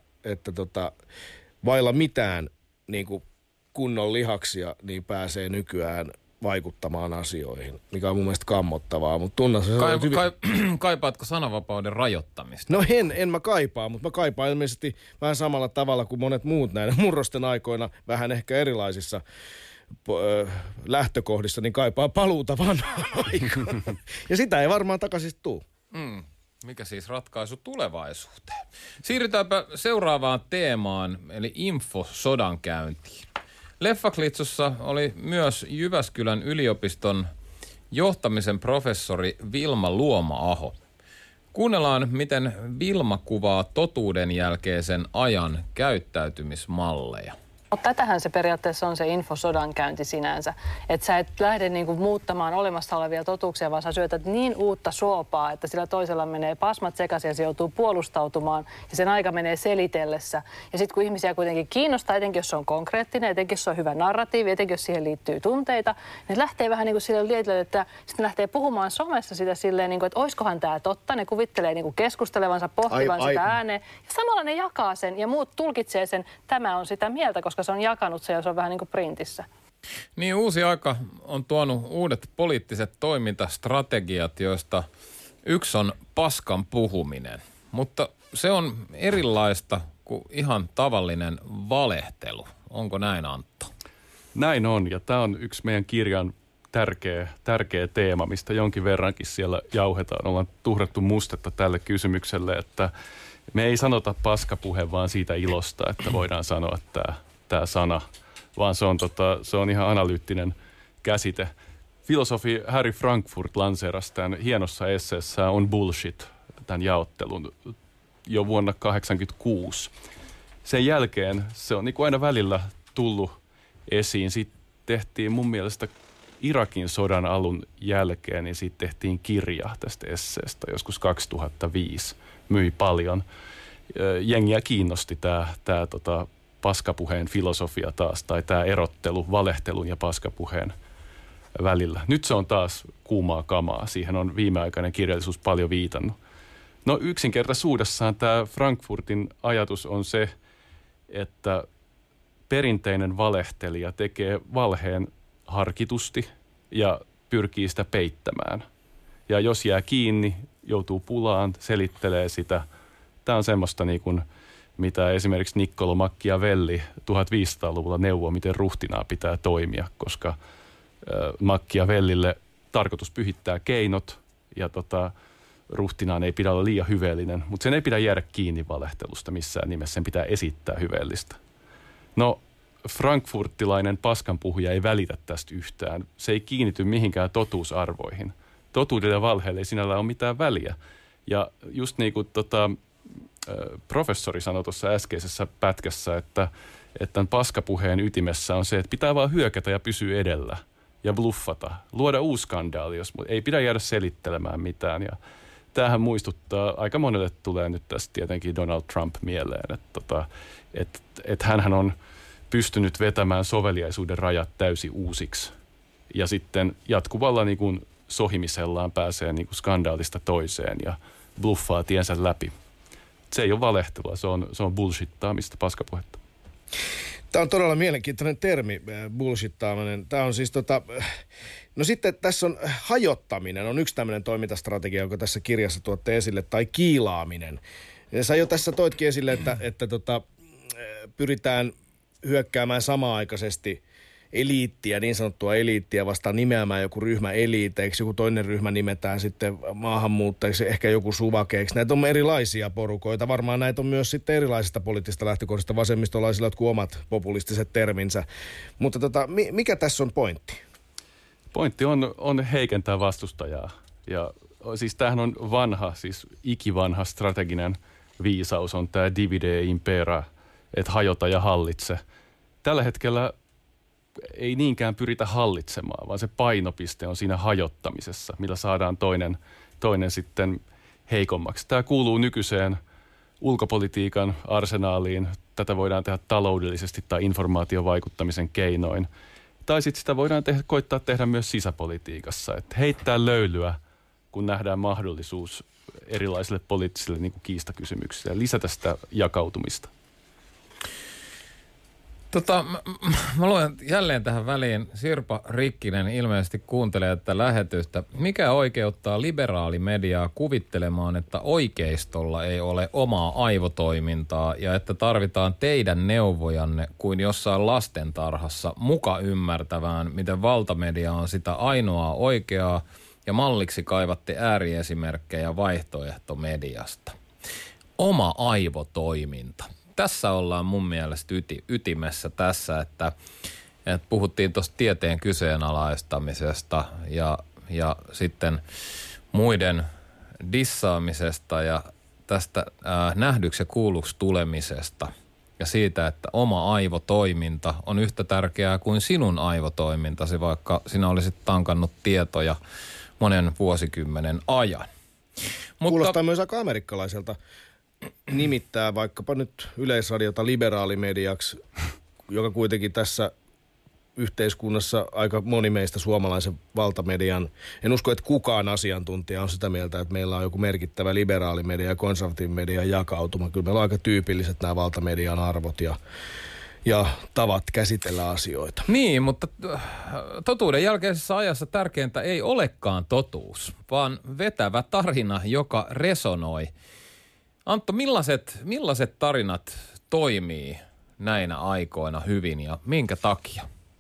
vailla mitään niin kuin kunnon lihaksia niin pääsee nykyään vaikuttamaan asioihin, mikä on mun mielestä kammottavaa. Mutta Tunnassa Kaipaatko sananvapauden rajoittamista? No en mä kaipaa, mutta mä kaipaan ilmeisesti vähän samalla tavalla kuin monet muut näiden murrosten aikoina, vähän ehkä erilaisissa lähtökohdissa, niin kaipaa paluuta vanhaan aikaan. Ja sitä ei varmaan takaisin tule. Mikä siis ratkaisu tulevaisuuteen? Siirrytäänpä seuraavaan teemaan, eli infosodankäyntiin. Leffaklitsossa oli myös Jyväskylän yliopiston johtamisen professori Vilma Luoma-aho. Kuunnellaan, miten Vilma kuvaa totuuden jälkeisen ajan käyttäytymismalleja. Tätähän se periaatteessa on se infosodankäynti sinänsä. Että sä et lähde niinku muuttamaan olemassa olevia totuuksia, vaan sä syötät niin uutta suopaa, että sillä toisella menee pasmat sekaisin ja se joutuu puolustautumaan ja sen aika menee selitellessä. Ja sitten kun ihmisiä kuitenkin kiinnostaa, etenkin jos se on konkreettinen, etenkin jos se on hyvä narratiivi, etenkin jos siihen liittyy tunteita, niin lähtee vähän niin kuin sille lietelle, että sitten lähtee puhumaan somessa sitä silleen, niin kuin, että oiskohan tämä totta. Ne kuvittelee niin kuin keskustelevansa, pohtivan sitä ääneen. Ja samalla ne jakaa sen ja muut tulkitsee sen, tämä on sitä mieltä, koska se on jakanut se ja se on vähän niin kuin printissä. Niin, uusi aika on tuonut uudet poliittiset toimintastrategiat, joista yksi on paskan puhuminen. Mutta se on erilaista kuin ihan tavallinen valehtelu. Onko näin, Antto? Näin on, ja tämä on yksi meidän kirjan tärkeä teema, mistä jonkin verrankin siellä jauhetaan. Ollaan tuhrattu mustetta tälle kysymykselle, että me ei sanota paskapuhe vaan siitä ilosta, että voidaan sanoa tämä sana, vaan se on ihan analyyttinen käsite. Filosofi Harry Frankfurt lanseerasi tämän hienossa esseessä On Bullshit, tämän jaottelun, jo vuonna 1986. Sen jälkeen se on niin kuin aina välillä tullut esiin. Sitten tehtiin mun mielestä Irakin sodan alun jälkeen, niin siitä tehtiin kirja tästä esseestä joskus 2005. Myi paljon. Jengiä kiinnosti tämä paskapuheen filosofia taas, tai tämä erottelu valehtelun ja paskapuheen välillä. Nyt se on taas kuumaa kamaa. Siihen on viimeaikainen kirjallisuus paljon viitannut. No yksinkertaisuudessaan tämä Frankfurtin ajatus on se, että perinteinen valehtelija tekee valheen harkitusti ja pyrkii sitä peittämään. Ja jos jää kiinni, joutuu pulaan, selittelee sitä. Tämä on semmoista niin kuin, mitä esimerkiksi Niccolo Machiavelli 1500-luvulla neuvoo, miten ruhtinaa pitää toimia, koska Machiavellille tarkoitus pyhittää keinot ja ruhtinaan ei pidä olla liian hyveellinen, mutta sen ei pidä jäädä kiinni valehtelusta missään nimessä, sen pitää esittää hyveellistä. No, frankfurtilainen paskanpuhuja ei välitä tästä yhtään. Se ei kiinnity mihinkään totuusarvoihin. Totuudelle ja valheelle ei sinällään ole mitään väliä. Ja just niin kuin professori sanoi tuossa äskeisessä pätkässä, että tämän paskapuheen ytimessä on se, että pitää vaan hyökätä ja pysyä edellä ja bluffata. Luoda uusi skandaali, jos ei pidä jäädä selittelemään mitään. Ja tämähän muistuttaa, aika monelle tulee nyt tästä tietenkin Donald Trump mieleen, että hänhän on pystynyt vetämään soveliaisuuden rajat täysin uusiksi. Ja sitten jatkuvalla niin kuin sohimisellaan pääsee niin kuin skandaalista toiseen ja bluffaa tiensä läpi. Se ei ole valehtelua, se on bullshittaamista, paskapuhetta. Tämä on todella mielenkiintoinen termi, bullshittaaminen. Tämä on siis no sitten tässä on hajottaminen, on yksi tämmöinen toimintastrategia, joka tässä kirjassa tuotte esille, tai kiilaaminen. Ja sä jo tässä toitkin esille, että pyritään hyökkäämään samaaikaisesti eliittiä, niin sanottua eliittiä vastaan nimeämään joku ryhmä eliiteiksi, joku toinen ryhmä nimetään sitten maahanmuuttajiksi, ehkä joku suvakeiksi. Näitä on erilaisia porukoita. Varmaan näitä on myös sitten erilaisista poliittisista lähtökohdista. Vasemmistolaisilla jotkut omat populistiset terminsä. Mutta mikä tässä on pointti? Pointti on heikentää vastustajaa. Ja siis tämähän on vanha, siis ikivanha strateginen viisaus on tämä divide impera, että hajota ja hallitse. Tällä hetkellä ei niinkään pyritä hallitsemaan, vaan se painopiste on siinä hajottamisessa, millä saadaan toinen sitten heikommaksi. Tämä kuuluu nykyiseen ulkopolitiikan arsenaaliin. Tätä voidaan tehdä taloudellisesti tai informaatiovaikuttamisen keinoin. Tai sitten sitä voidaan koittaa tehdä myös sisäpolitiikassa. Että heittää löylyä, kun nähdään mahdollisuus erilaisille poliittisille niin kuin kiistakysymyksille ja lisätä sitä jakautumista. Mä luen jälleen tähän väliin. Sirpa Rikkinen ilmeisesti kuuntelee tätä lähetystä. Mikä oikeuttaa liberaalimediaa kuvittelemaan, että oikeistolla ei ole omaa aivotoimintaa ja että tarvitaan teidän neuvojanne kuin jossain lastentarhassa muka ymmärtävään, miten valtamedia on sitä ainoaa oikeaa ja malliksi kaivatte ääriesimerkkejä vaihtoehtomediasta. Oma aivotoiminta. Tässä ollaan mun mielestä ytimessä tässä, että puhuttiin tuosta tieteen kyseenalaistamisesta ja sitten muiden dissaamisesta ja tästä nähdyksi ja kuulluksi tulemisesta ja siitä, että oma aivotoiminta on yhtä tärkeää kuin sinun aivotoimintasi, vaikka sinä olisit tankannut tietoja monen vuosikymmenen ajan. Kuulostaa myös aika amerikkalaiselta nimittää vaikkapa nyt Yleisradiota liberaalimediaksi, joka kuitenkin tässä yhteiskunnassa aika moni meistä suomalaisen valtamedian, en usko, että kukaan asiantuntija on sitä mieltä, että meillä on joku merkittävä liberaalimedia ja konservatiivimedian jakautuma. Kyllä meillä on aika tyypilliset nämä valtamedian arvot ja tavat käsitellä asioita. Niin, mutta totuuden jälkeisessä ajassa tärkeintä ei olekaan totuus, vaan vetävä tarina, joka resonoi. Antto, millaiset tarinat toimii näinä aikoina hyvin ja minkä takia?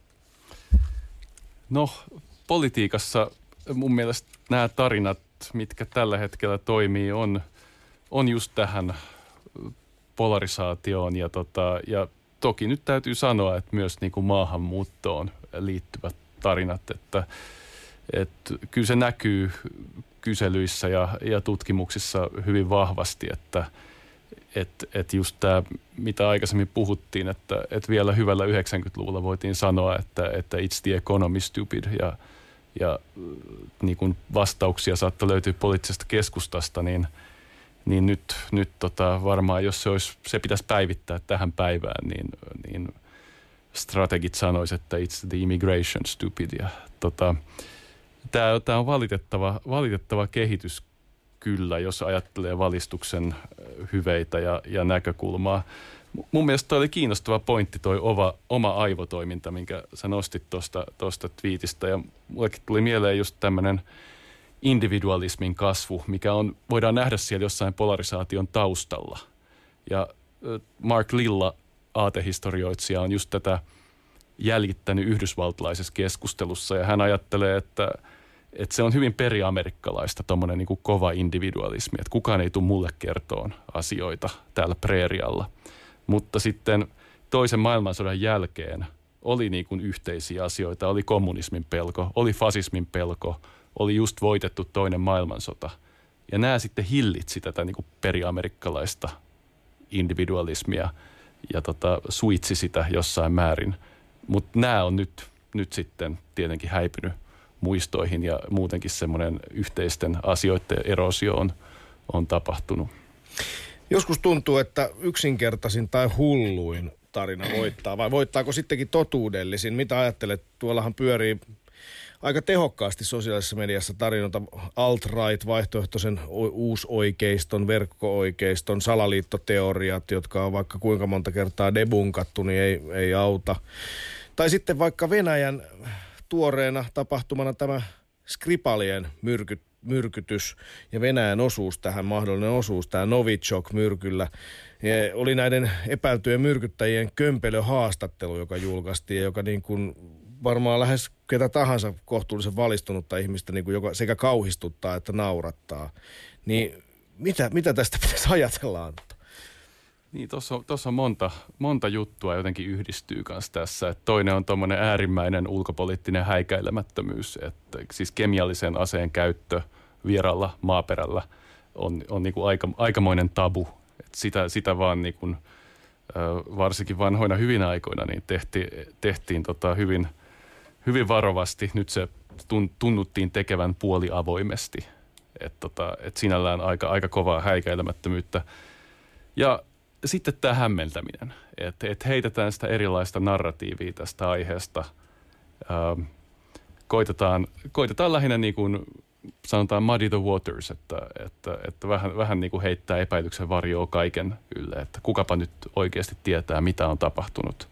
No, politiikassa mun mielestä nämä tarinat, mitkä tällä hetkellä toimii, on just tähän polarisaatioon ja toki nyt täytyy sanoa, että myös niin kuin maahanmuuttoon liittyvät tarinat, että kyllä se näkyy kyselyissä ja tutkimuksissa hyvin vahvasti, että Että just tämä, mitä aikaisemmin puhuttiin, että vielä hyvällä 90-luvulla voitiin sanoa, että it's the economy stupid ja niin kun vastauksia saattoi löytyä poliittisesta keskustasta, niin nyt varmaan, jos se pitäisi päivittää tähän päivään, niin strategit sanoisivat, että it's the immigration stupid. Ja tämä on valitettava kehitys kyllä, jos ajattelee valistuksen hyveitä ja näkökulmaa. Mun mielestä toi oli kiinnostava pointti toi oma aivotoiminta, minkä sä nostit tuosta twiitistä. Ja mullekin tuli mieleen just tämmöinen individualismin kasvu, mikä voidaan nähdä siellä jossain polarisaation taustalla. Ja Mark Lilla, aatehistorioitsija, on just tätä jäljittänyt yhdysvaltalaisessa keskustelussa. Ja hän ajattelee, että se on hyvin periamerikkalaista tommoinen niin kuin kova individualismi, että kukaan ei tule mulle kertoon asioita täällä preerialla. Mutta sitten toisen maailmansodan jälkeen oli niin kuin yhteisiä asioita, oli kommunismin pelko, oli fasismin pelko, oli just voitettu toinen maailmansota. Ja nämä sitten hillitsi tätä niin kuin periamerikkalaista individualismia ja suitsi sitä jossain määrin. Mutta nämä on nyt sitten tietenkin häipynyt muistoihin ja muutenkin semmoinen yhteisten asioiden erosio on tapahtunut. Joskus tuntuu, että yksinkertaisin tai hulluin tarina voittaa, vai voittaako sittenkin totuudellisin? Mitä ajattelet? Tuollahan pyörii aika tehokkaasti sosiaalisessa mediassa tarinoita alt-right, vaihtoehtoisen uusoikeiston, verkko-oikeiston, salaliittoteoriat, jotka on vaikka kuinka monta kertaa debunkattu, niin ei auta. Tai sitten vaikka Venäjän tuoreena tapahtumana tämä Skripalien myrkytys ja Venäjän osuus tähän, mahdollinen osuus, tämä Novichok-myrkyllä. Ja oli näiden epäiltyjen myrkyttäjien kömpelöhaastattelu, joka julkaistiin ja joka niin kuin varmaan lähes ketä tahansa kohtuullisen valistunutta ihmistä niin kuin joka sekä kauhistuttaa että naurattaa. Niin mitä tästä pitäisi ajatella, Antto? Niin, tuossa on monta juttua jotenkin yhdistyy kanssa tässä. Et toinen on tuommoinen äärimmäinen ulkopoliittinen häikäilemättömyys, että siis kemiallisen aseen käyttö vieraalla maaperällä on niin kuin aikamoinen tabu. Et sitä vaan niin kuin, varsinkin vanhoina hyvinä aikoina niin tehtiin hyvin varovasti. Nyt se tunnuttiin tekevän puoliavoimesti. Että sinällään aika kovaa häikäilemättömyyttä. Ja sitten tämä hämmentäminen, että heitetään sitä erilaista narratiivia tästä aiheesta. Koitetaan lähinnä niin kuin sanotaan muddy the waters, että vähän niin kuin heittää epäilyksen varjoa kaiken ylle, että kukapa nyt oikeasti tietää, mitä on tapahtunut.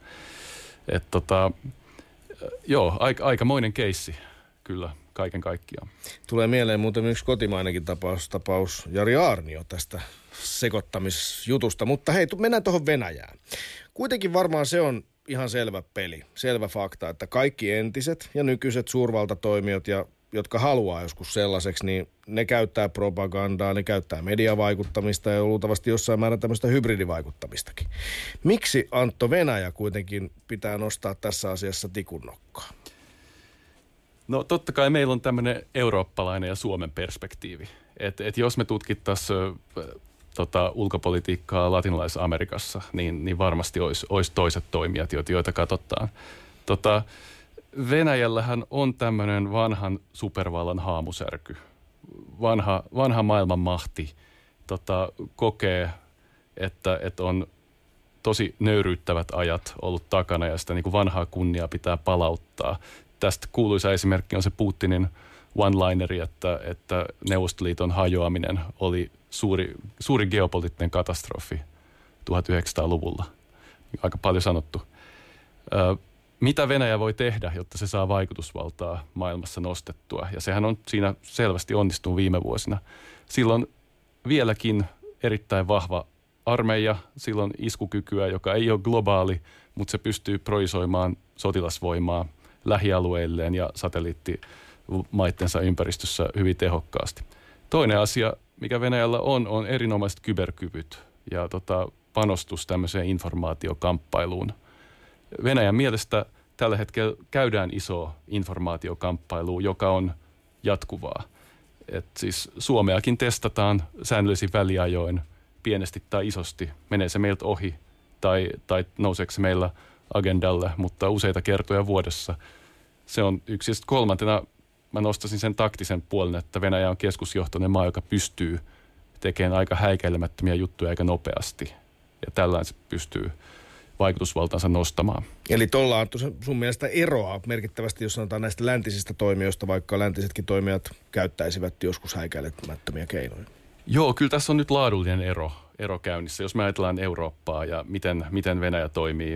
Joo, aikamoinen keissi kyllä kaiken kaikkiaan. Tulee mieleen muuten yksi kotimainenkin tapaus Jari Aarnio tästä sekoittamisjutusta, mutta hei, mennään tuohon Venäjään. Kuitenkin varmaan se on ihan selvä peli, selvä fakta, että kaikki entiset ja nykyiset suurvaltatoimijat, jotka haluaa joskus sellaiseksi, niin ne käyttää propagandaa, ne käyttää mediavaikuttamista ja luultavasti jossain määrin tämmöistä hybridivaikuttamistakin. Miksi, Antto, Venäjä kuitenkin pitää nostaa tässä asiassa tikun nokkaa? No totta kai meillä on tämmöinen eurooppalainen ja Suomen perspektiivi. Et jos me tutkittaisiin ulkopolitiikkaa latinalaisessa Amerikassa, niin varmasti olisi toiset toimijat, joita katsotaan. Venäjällähän on tämmöinen vanhan supervallan haamusärky. Vanha maailmanmahti kokee, että on tosi nöyryyttävät ajat ollut takana ja sitä niin kuin vanhaa kunniaa pitää palauttaa. Tästä kuuluisa esimerkki on se Putinin one-lineri, että Neuvostoliiton hajoaminen oli suuri geopoliittinen katastrofi 1900-luvulla. Aika paljon sanottu. Mitä Venäjä voi tehdä, jotta se saa vaikutusvaltaa maailmassa nostettua? Ja sehän on siinä selvästi onnistunut viime vuosina. Silloin vieläkin erittäin vahva armeija, silloin iskukykyä, joka ei ole globaali, mutta se pystyy projisoimaan sotilasvoimaa lähialueilleen ja satelliittimaittensa ympäristössä hyvin tehokkaasti. Toinen asia, mikä Venäjällä on erinomaiset kyberkyvyt ja panostus tämmöiseen informaatiokamppailuun. Venäjän mielestä tällä hetkellä käydään iso informaatiokamppailu, joka on jatkuvaa. Et siis Suomeakin testataan säännöllisin väliajoin pienesti tai isosti, menee se meiltä ohi tai nouseeko se meillä agendalle, mutta useita kertoja vuodessa. Se on yksi. Ja kolmantena mä nostaisin sen taktisen puolen, että Venäjä on keskusjohtoinen maa, joka pystyy tekemään aika häikäilemättömiä juttuja aika nopeasti. Ja tällään se pystyy vaikutusvaltaansa nostamaan. Eli tuolla on sun mielestä eroa merkittävästi, jos sanotaan näistä läntisistä toimijoista, vaikka läntisetkin toimijat käyttäisivät joskus häikäilemättömiä keinoja. Joo, kyllä tässä on nyt laadullinen ero käynnissä. Jos me ajatellaan Eurooppaa ja miten Venäjä toimii,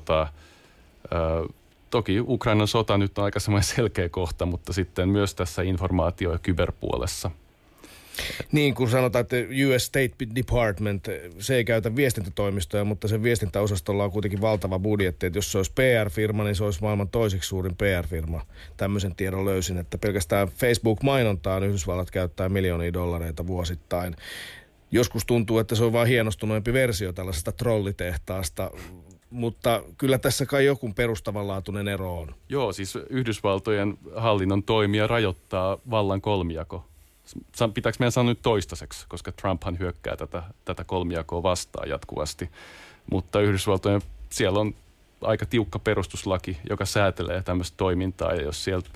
toki Ukrainan sota nyt on aika semmoinen selkeä kohta, mutta sitten myös tässä informaatio- ja kyberpuolessa. Niin kuin sanotaan, että US State Department, se ei käytä viestintätoimistoja, mutta sen viestintäosastolla on kuitenkin valtava budjetti. Että jos se olisi PR-firma, niin se olisi maailman toiseksi suurin PR-firma. Tämmöisen tiedon löysin, että pelkästään Facebook-mainontaan Yhdysvallat käyttää miljoonia dollareita vuosittain. Joskus tuntuu, että se on vain hienostuneempi versio tällaisesta trollitehtaasta, mutta kyllä tässä kai joku perustavanlaatuinen ero on. Joo, siis Yhdysvaltojen hallinnon toimia rajoittaa vallan kolmijako. Pitääkö meidän sanoa nyt toistaiseksi, koska Trumphan hyökkää tätä kolmijakoa vastaan jatkuvasti. Mutta Yhdysvaltojen, siellä on aika tiukka perustuslaki, joka säätelee tämmöistä toimintaa. Ja jos sieltä,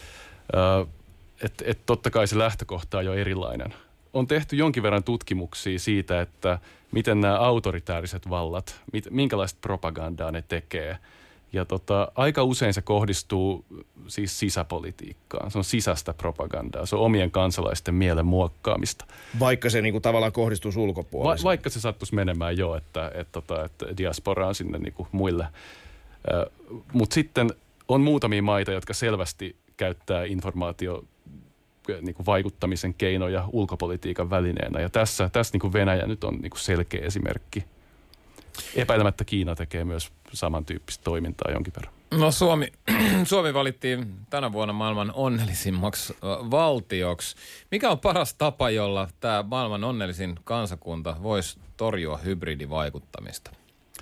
totta kai se lähtökohta on jo erilainen. On tehty jonkin verran tutkimuksia siitä, että miten nämä autoritääriset vallat, minkälaista propagandaa ne tekee. Ja aika usein se kohdistuu siis sisäpolitiikkaan. Se on sisäistä propagandaa. Se on omien kansalaisten mielen muokkaamista. Vaikka se niinku tavallaan kohdistuu ulkopuolelle. Vaikka se sattuisi menemään jo, että diaspora on sinne niinku muille. Mutta sitten on muutamia maita, jotka selvästi käyttää informaatio niinku vaikuttamisen keinoja ulkopolitiikan välineenä. Ja tässä niinku Venäjä nyt on niinku selkeä esimerkki. Epäilemättä Kiina tekee myös samantyyppistä toimintaa jonkin verran. No Suomi valittiin tänä vuonna maailman onnellisimmaksi valtioksi. Mikä on paras tapa, jolla tämä maailman onnellisin kansakunta voisi torjua hybridivaikuttamista?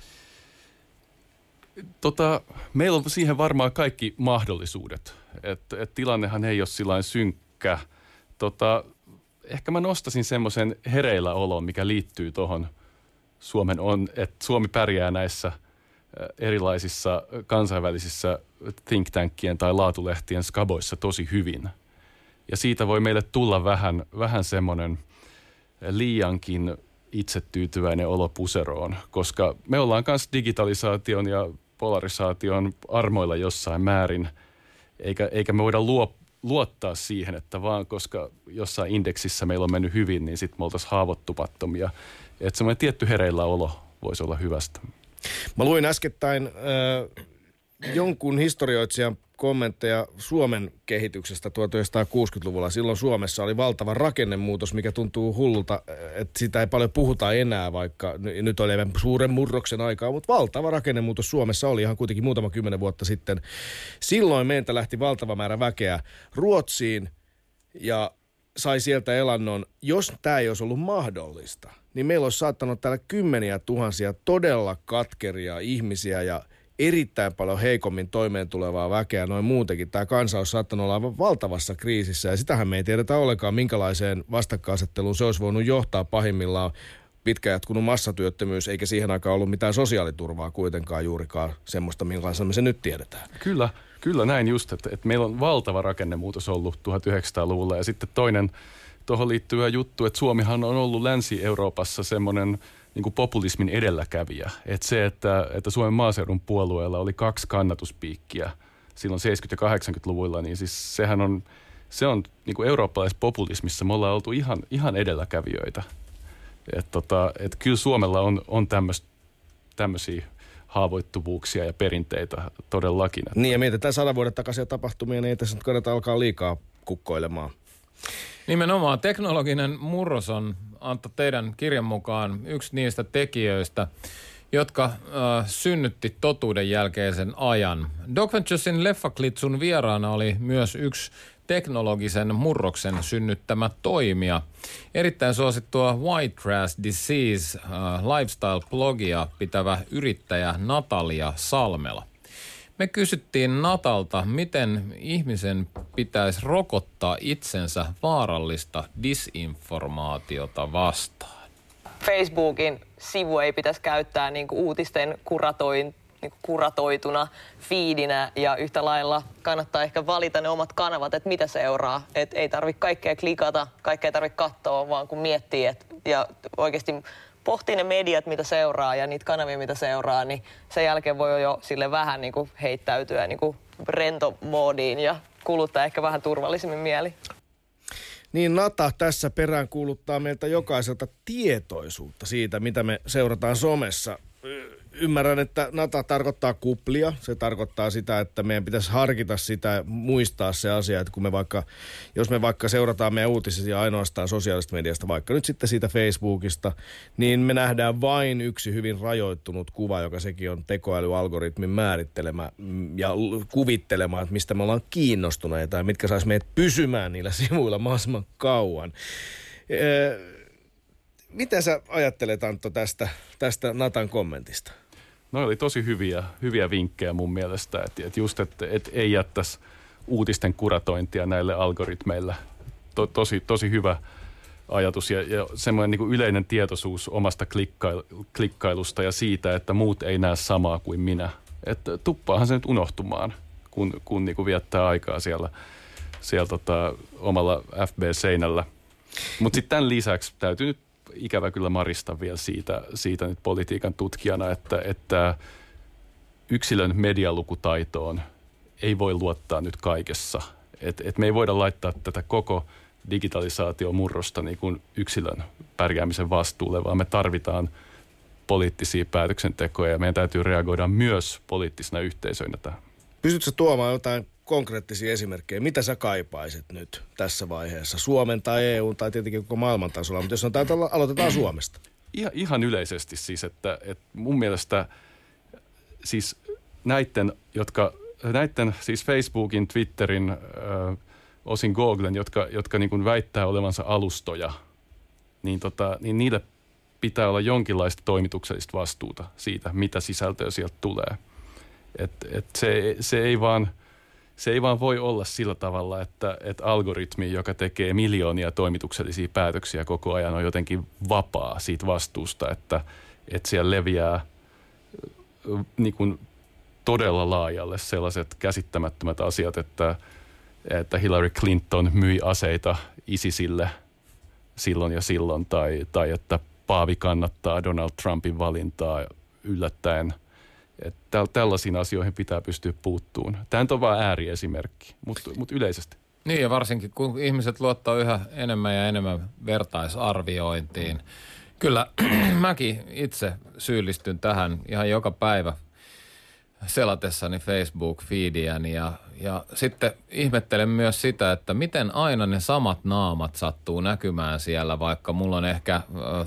Meillä on siihen varmaan kaikki mahdollisuudet. Et tilannehan ei ole sillain synkkä. Ehkä mä nostasin semmoisen hereillä olon, mikä liittyy tuohon että Suomi pärjää näissä erilaisissa kansainvälisissä think tankien tai laatulehtien skaboissa tosi hyvin. Ja siitä voi meille tulla vähän semmoinen liiankin itsetyytyväinen olo puseroon, koska me ollaan myös digitalisaation ja polarisaation armoilla jossain määrin, eikä me voida luottaa siihen, että vaan koska jossain indeksissä meillä on mennyt hyvin, niin sitten me oltaisiin haavoittumattomia. Että semmoinen tietty hereillä olo voisi olla hyvästä. Mä luin äskettäin jonkun historioitsijan kommentteja Suomen kehityksestä 1960-luvulla. Silloin Suomessa oli valtava rakennemuutos, mikä tuntuu hullulta, että sitä ei paljon puhuta enää, vaikka nyt oli suuren murroksen aikaa, mutta valtava rakennemuutos Suomessa oli ihan kuitenkin muutama 10 vuotta sitten. Silloin meiltä lähti valtava määrä väkeä Ruotsiin ja sai sieltä elannon. Jos tämä ei olisi ollut mahdollista, niin meillä olisi saattanut täällä kymmeniä tuhansia todella katkeria ihmisiä ja erittäin paljon heikommin toimeen tulevaa väkeä noin muutenkin. Tämä kansa olisi saattanut olla aivan valtavassa kriisissä ja sitähän me ei tiedetä ollenkaan, minkälaiseen vastakkainasetteluun se olisi voinut johtaa pahimmillaan. Pitkään jatkunut massatyöttömyys, eikä siihen aikaan ollut mitään sosiaaliturvaa kuitenkaan juurikaan semmoista, millaisena me se nyt tiedetään. Kyllä näin just, että meillä on valtava rakennemuutos ollut 1900-luvulla ja sitten toinen tuohon liittyvä juttu, että Suomihan on ollut Länsi-Euroopassa semmoinen niin kuin populismin edelläkävijä. Että se, että Suomen maaseudun puolueella oli 2 kannatuspiikkiä silloin 70- ja 80-luvuilla, niin siis se on niin kuin eurooppalaisessa populismissa me ollaan oltu ihan edelläkävijöitä. Että kyllä Suomella on tämmöisiä haavoittuvuuksia ja perinteitä todellakin. Niin ja mietitään 100 vuoden takaisia tapahtumia, niin ei tässä nyt kannata alkaa liikaa kukkoilemaan. Nimenomaan teknologinen murros on, Antto, teidän kirjan mukaan yksi niistä tekijöistä, jotka synnytti totuuden jälkeisen ajan. Doc Venturesin Leffaklitsun vieraana oli myös yksi teknologisen murroksen synnyttämä toimija. Erittäin suosittua White Trash Disease lifestyle-blogia pitävä yrittäjä Natalia Salmela. Me kysyttiin Natalta, miten ihmisen pitäisi rokottaa itsensä vaarallista disinformaatiota vastaan. Facebookin sivu ei pitäisi käyttää niin kuin uutisten kuratoituna feedinä ja yhtä lailla kannattaa ehkä valita ne omat kanavat, että mitä seuraa. Että ei tarvitse kaikkea klikata, kaikkea ei tarvitse katsoa, vaan kun miettii ja oikeasti pohtii ne mediat, mitä seuraa ja niitä kanavia, mitä seuraa, niin sen jälkeen voi jo sille vähän niin kuin heittäytyä niin kuin rentomoodiin ja kuluttaa ehkä vähän turvallisemmin mieli. Niin Nata tässä perään kuuluttaa meiltä jokaiselta tietoisuutta siitä, mitä me seurataan somessa. Ymmärrän, että Nata tarkoittaa kuplia. Se tarkoittaa sitä, että meidän pitäisi harkita sitä ja muistaa se asia, että jos me vaikka seurataan meidän uutisia ainoastaan sosiaalisesta mediasta, vaikka nyt sitten siitä Facebookista, niin me nähdään vain yksi hyvin rajoittunut kuva, joka sekin on tekoälyalgoritmin määrittelemä ja kuvittelema, että mistä me ollaan kiinnostuneita ja mitkä saisi meidät pysymään niillä sivuilla mahdollisimman kauan. Mitä sä ajattelet, Antto, tästä Natan kommentista? No oli tosi hyviä vinkkejä mun mielestä, että just, että ei jättäisi uutisten kuratointia näille algoritmeille. Tosi hyvä ajatus ja semmoinen niin kuin yleinen tietoisuus omasta klikkailusta ja siitä, että muut ei näe samaa kuin minä. Että tuppaahan se nyt unohtumaan, kun niin kuin viettää aikaa siellä omalla FB-seinällä. Mutta sitten tämän lisäksi täytyy nyt ikävä kyllä marista vielä siitä nyt politiikan tutkijana, että yksilön medialukutaitoon ei voi luottaa nyt kaikessa. Et me ei voida laittaa tätä koko digitalisaatiomurrosta niin kuin yksilön pärjäämisen vastuulle, vaan me tarvitaan poliittisia päätöksentekoja ja meidän täytyy reagoida myös poliittisina yhteisöinä tähän. Pystytkö tuomaan jotain konkreettisia esimerkkejä? Mitä sä kaipaisit nyt tässä vaiheessa? Suomen tai EUn tai tietenkin koko maailman tasolla, mutta jos on aloitetaan Suomesta. Ihan yleisesti siis, että mun mielestä siis näiden siis Facebookin, Twitterin, osin Googlen, jotka niin kuin väittää olevansa alustoja, niin niille pitää olla jonkinlaista toimituksellista vastuuta siitä, mitä sisältöä sieltä tulee. Se ei vaan voi olla sillä tavalla, että algoritmi, joka tekee miljoonia toimituksellisia päätöksiä koko ajan, on jotenkin vapaa siitä vastuusta, että siellä leviää niin kuin todella laajalle sellaiset käsittämättömät asiat, että Hillary Clinton myi aseita ISISille silloin ja silloin, tai että Paavi kannattaa Donald Trumpin valintaa yllättäen. Että tällaisiin asioihin pitää pystyä puuttumaan. Tämä on vain ääriesimerkki, mutta yleisesti. Niin ja varsinkin kun ihmiset luottaa yhä enemmän ja enemmän vertaisarviointiin. Kyllä mäkin itse syyllistyn tähän ihan joka päivä selatessani Facebook-feediäni ja sitten ihmettelen myös sitä, että miten aina ne samat naamat sattuu näkymään siellä, vaikka mulla on ehkä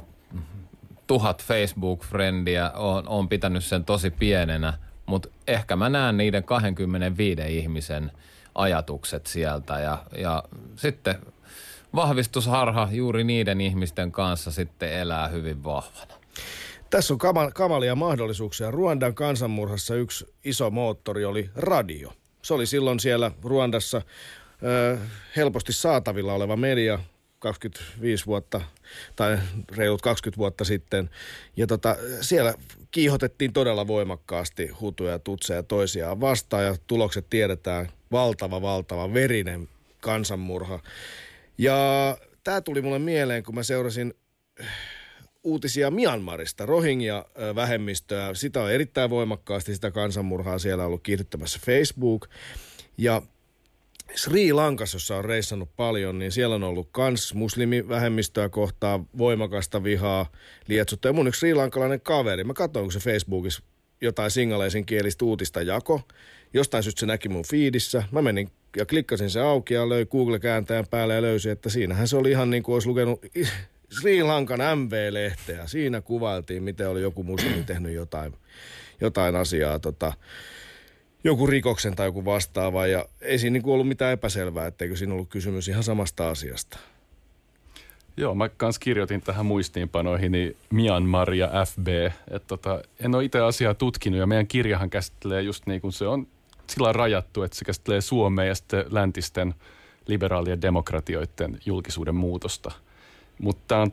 1000 Facebook-frendiä, on pitänyt sen tosi pienenä, mutta ehkä mä näen niiden 25 ihmisen ajatukset sieltä ja sitten vahvistusharha juuri niiden ihmisten kanssa sitten elää hyvin vahvana. Tässä on kamalia mahdollisuuksia. Ruandan kansanmurhassa yksi iso moottori oli radio. Se oli silloin siellä Ruandassa helposti saatavilla oleva media 25 vuotta tai reilut 20 vuotta sitten. Ja siellä kiihotettiin todella voimakkaasti hutuja ja tutseja toisiaan vastaan ja tulokset tiedetään. Valtava verinen kansanmurha. Ja tämä tuli mulle mieleen, kun mä seurasin uutisia Myanmarista, Rohingya-vähemmistöä. Sitä on erittäin voimakkaasti, sitä kansanmurhaa siellä on ollut kiihdyttämässä Facebook. Ja Sri Lankassa, jossa on reissannut paljon, niin siellä on ollut kans muslimivähemmistöä kohtaan voimakasta vihaa lietsuttu. Ja mun yksi srilankalainen kaveri, mä katsoin, kun se Facebookissa jotain singaleisin kielistä uutista jako. Jostain syystä se näki mun feedissä. Mä menin ja klikkasin se auki ja löi Google-kääntäjän päälle ja löysin, että siinähän se oli ihan niin kuin olisi lukenut Sri Lankan MV-lehteä. Siinä kuvailtiin, miten oli joku muslimi tehnyt jotain asiaa, joku rikoksen tai joku vastaava. Ja ei siinä niin kuin ollut mitään epäselvää, etteikö siinä ollut kysymys ihan samasta asiasta. Joo, mä kans kirjoitin tähän muistiinpanoihini Myanmar ja FB. En ole itse asiaa tutkinut ja meidän kirjahan käsittelee just niin kuin se on sillä rajattu, että se käsittelee Suomea ja sitten läntisten liberaalien demokratioiden julkisuuden muutosta. Mutta tämä on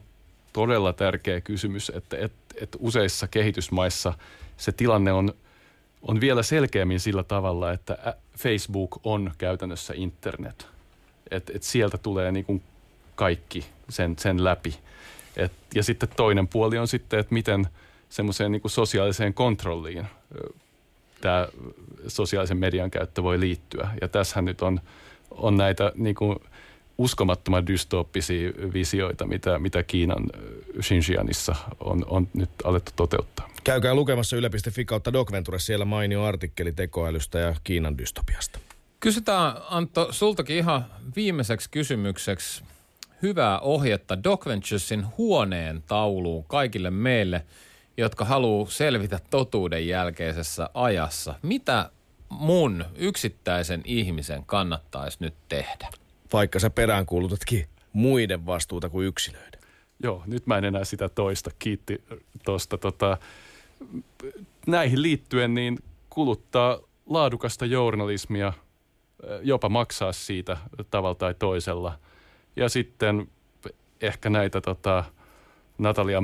todella tärkeä kysymys, että useissa kehitysmaissa se tilanne on vielä selkeämmin sillä tavalla, että Facebook on käytännössä internet. Että sieltä tulee niin kuin kaikki sen läpi. Ja sitten toinen puoli on sitten, että miten semmoiseen niin kuin sosiaaliseen kontrolliin tämä sosiaalisen median käyttö voi liittyä. Ja tässähän nyt on näitä niin kuin uskomattoman dystooppisia visioita, mitä Kiinan Xinjiangissa on nyt alettu toteuttaa. Käykää lukemassa yle.fi/docventure, siellä mainio artikkeli tekoälystä ja Kiinan dystopiasta. Kysytään, Antto, sultakin ihan viimeiseksi kysymykseksi hyvää ohjetta Docventuresin huoneen tauluun kaikille meille, jotka haluaa selvitä totuuden jälkeisessä ajassa. Mitä mun yksittäisen ihmisen kannattaisi nyt tehdä? Vaikka sä peräänkuulutatkin muiden vastuuta kuin yksilöiden. Joo, nyt mä en enää sitä toista. Kiitti tuosta. Näihin liittyen niin kuluttaa laadukasta journalismia, jopa maksaa siitä tavalla tai toisella. Ja sitten ehkä näitä Natalian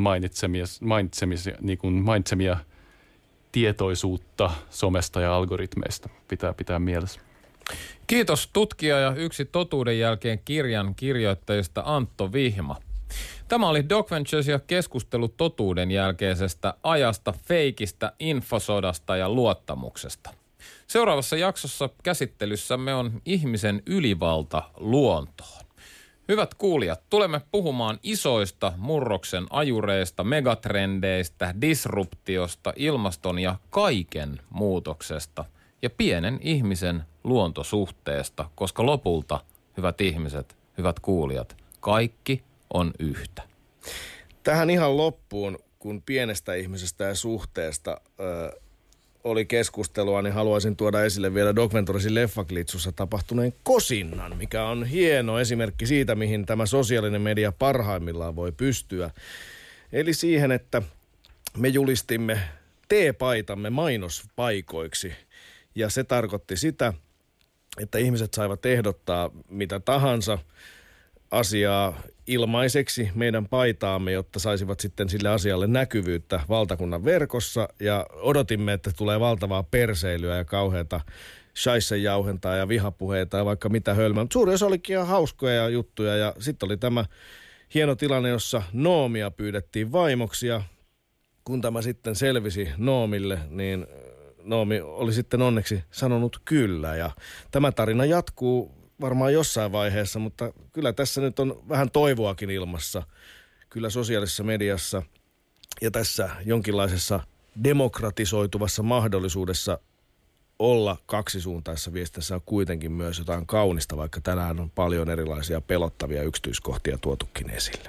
mainitsemia tietoisuutta somesta ja algoritmeista pitää mielessä. Kiitos tutkija ja yksi totuuden jälkeen kirjan kirjoittajista Antto Vihma. Tämä oli Docventures ja keskustelu totuuden jälkeisestä ajasta, feikistä, infosodasta ja luottamuksesta. Seuraavassa jaksossa käsittelyssämme on ihmisen ylivalta luontoon. Hyvät kuulijat, tulemme puhumaan isoista murroksen ajureista, megatrendeistä, disruptiosta, ilmaston ja kaiken muutoksesta ja pienen ihmisen luontosuhteesta, koska lopulta, hyvät ihmiset, hyvät kuulijat, kaikki on yhtä. Tähän ihan loppuun, kun pienestä ihmisestä ja suhteesta oli keskustelua, niin haluaisin tuoda esille vielä Docventuresin leffaklitsussa tapahtuneen kosinnan, mikä on hieno esimerkki siitä, mihin tämä sosiaalinen media parhaimmillaan voi pystyä. Eli siihen, että me julistimme teepaitamme mainospaikoiksi. Ja se tarkoitti sitä, että ihmiset saivat ehdottaa mitä tahansa asiaa ilmaiseksi meidän paitaamme, jotta saisivat sitten sille asialle näkyvyyttä valtakunnan verkossa. Ja odotimme, että tulee valtavaa perseilyä ja kauheata shaissenjauhentaa ja vihapuheita ja vaikka mitä hölmää. Mutta suuri osa olikin ihan hauskoja juttuja ja sitten oli tämä hieno tilanne, jossa Noomia pyydettiin vaimoksi ja kun tämä sitten selvisi Noomille, niin Noomi oli sitten onneksi sanonut kyllä ja tämä tarina jatkuu varmaan jossain vaiheessa, mutta kyllä tässä nyt on vähän toivoakin ilmassa. Kyllä sosiaalisessa mediassa ja tässä jonkinlaisessa demokratisoituvassa mahdollisuudessa olla kaksisuuntaisessa viestissä on kuitenkin myös jotain kaunista, vaikka tänään on paljon erilaisia pelottavia yksityiskohtia tuotukin esille.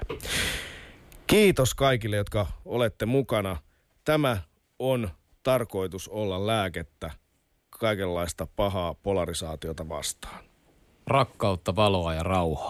Kiitos kaikille, jotka olette mukana. Tämä on tarkoitus olla lääkettä kaikenlaista pahaa polarisaatiota vastaan. Rakkautta, valoa ja rauhaa.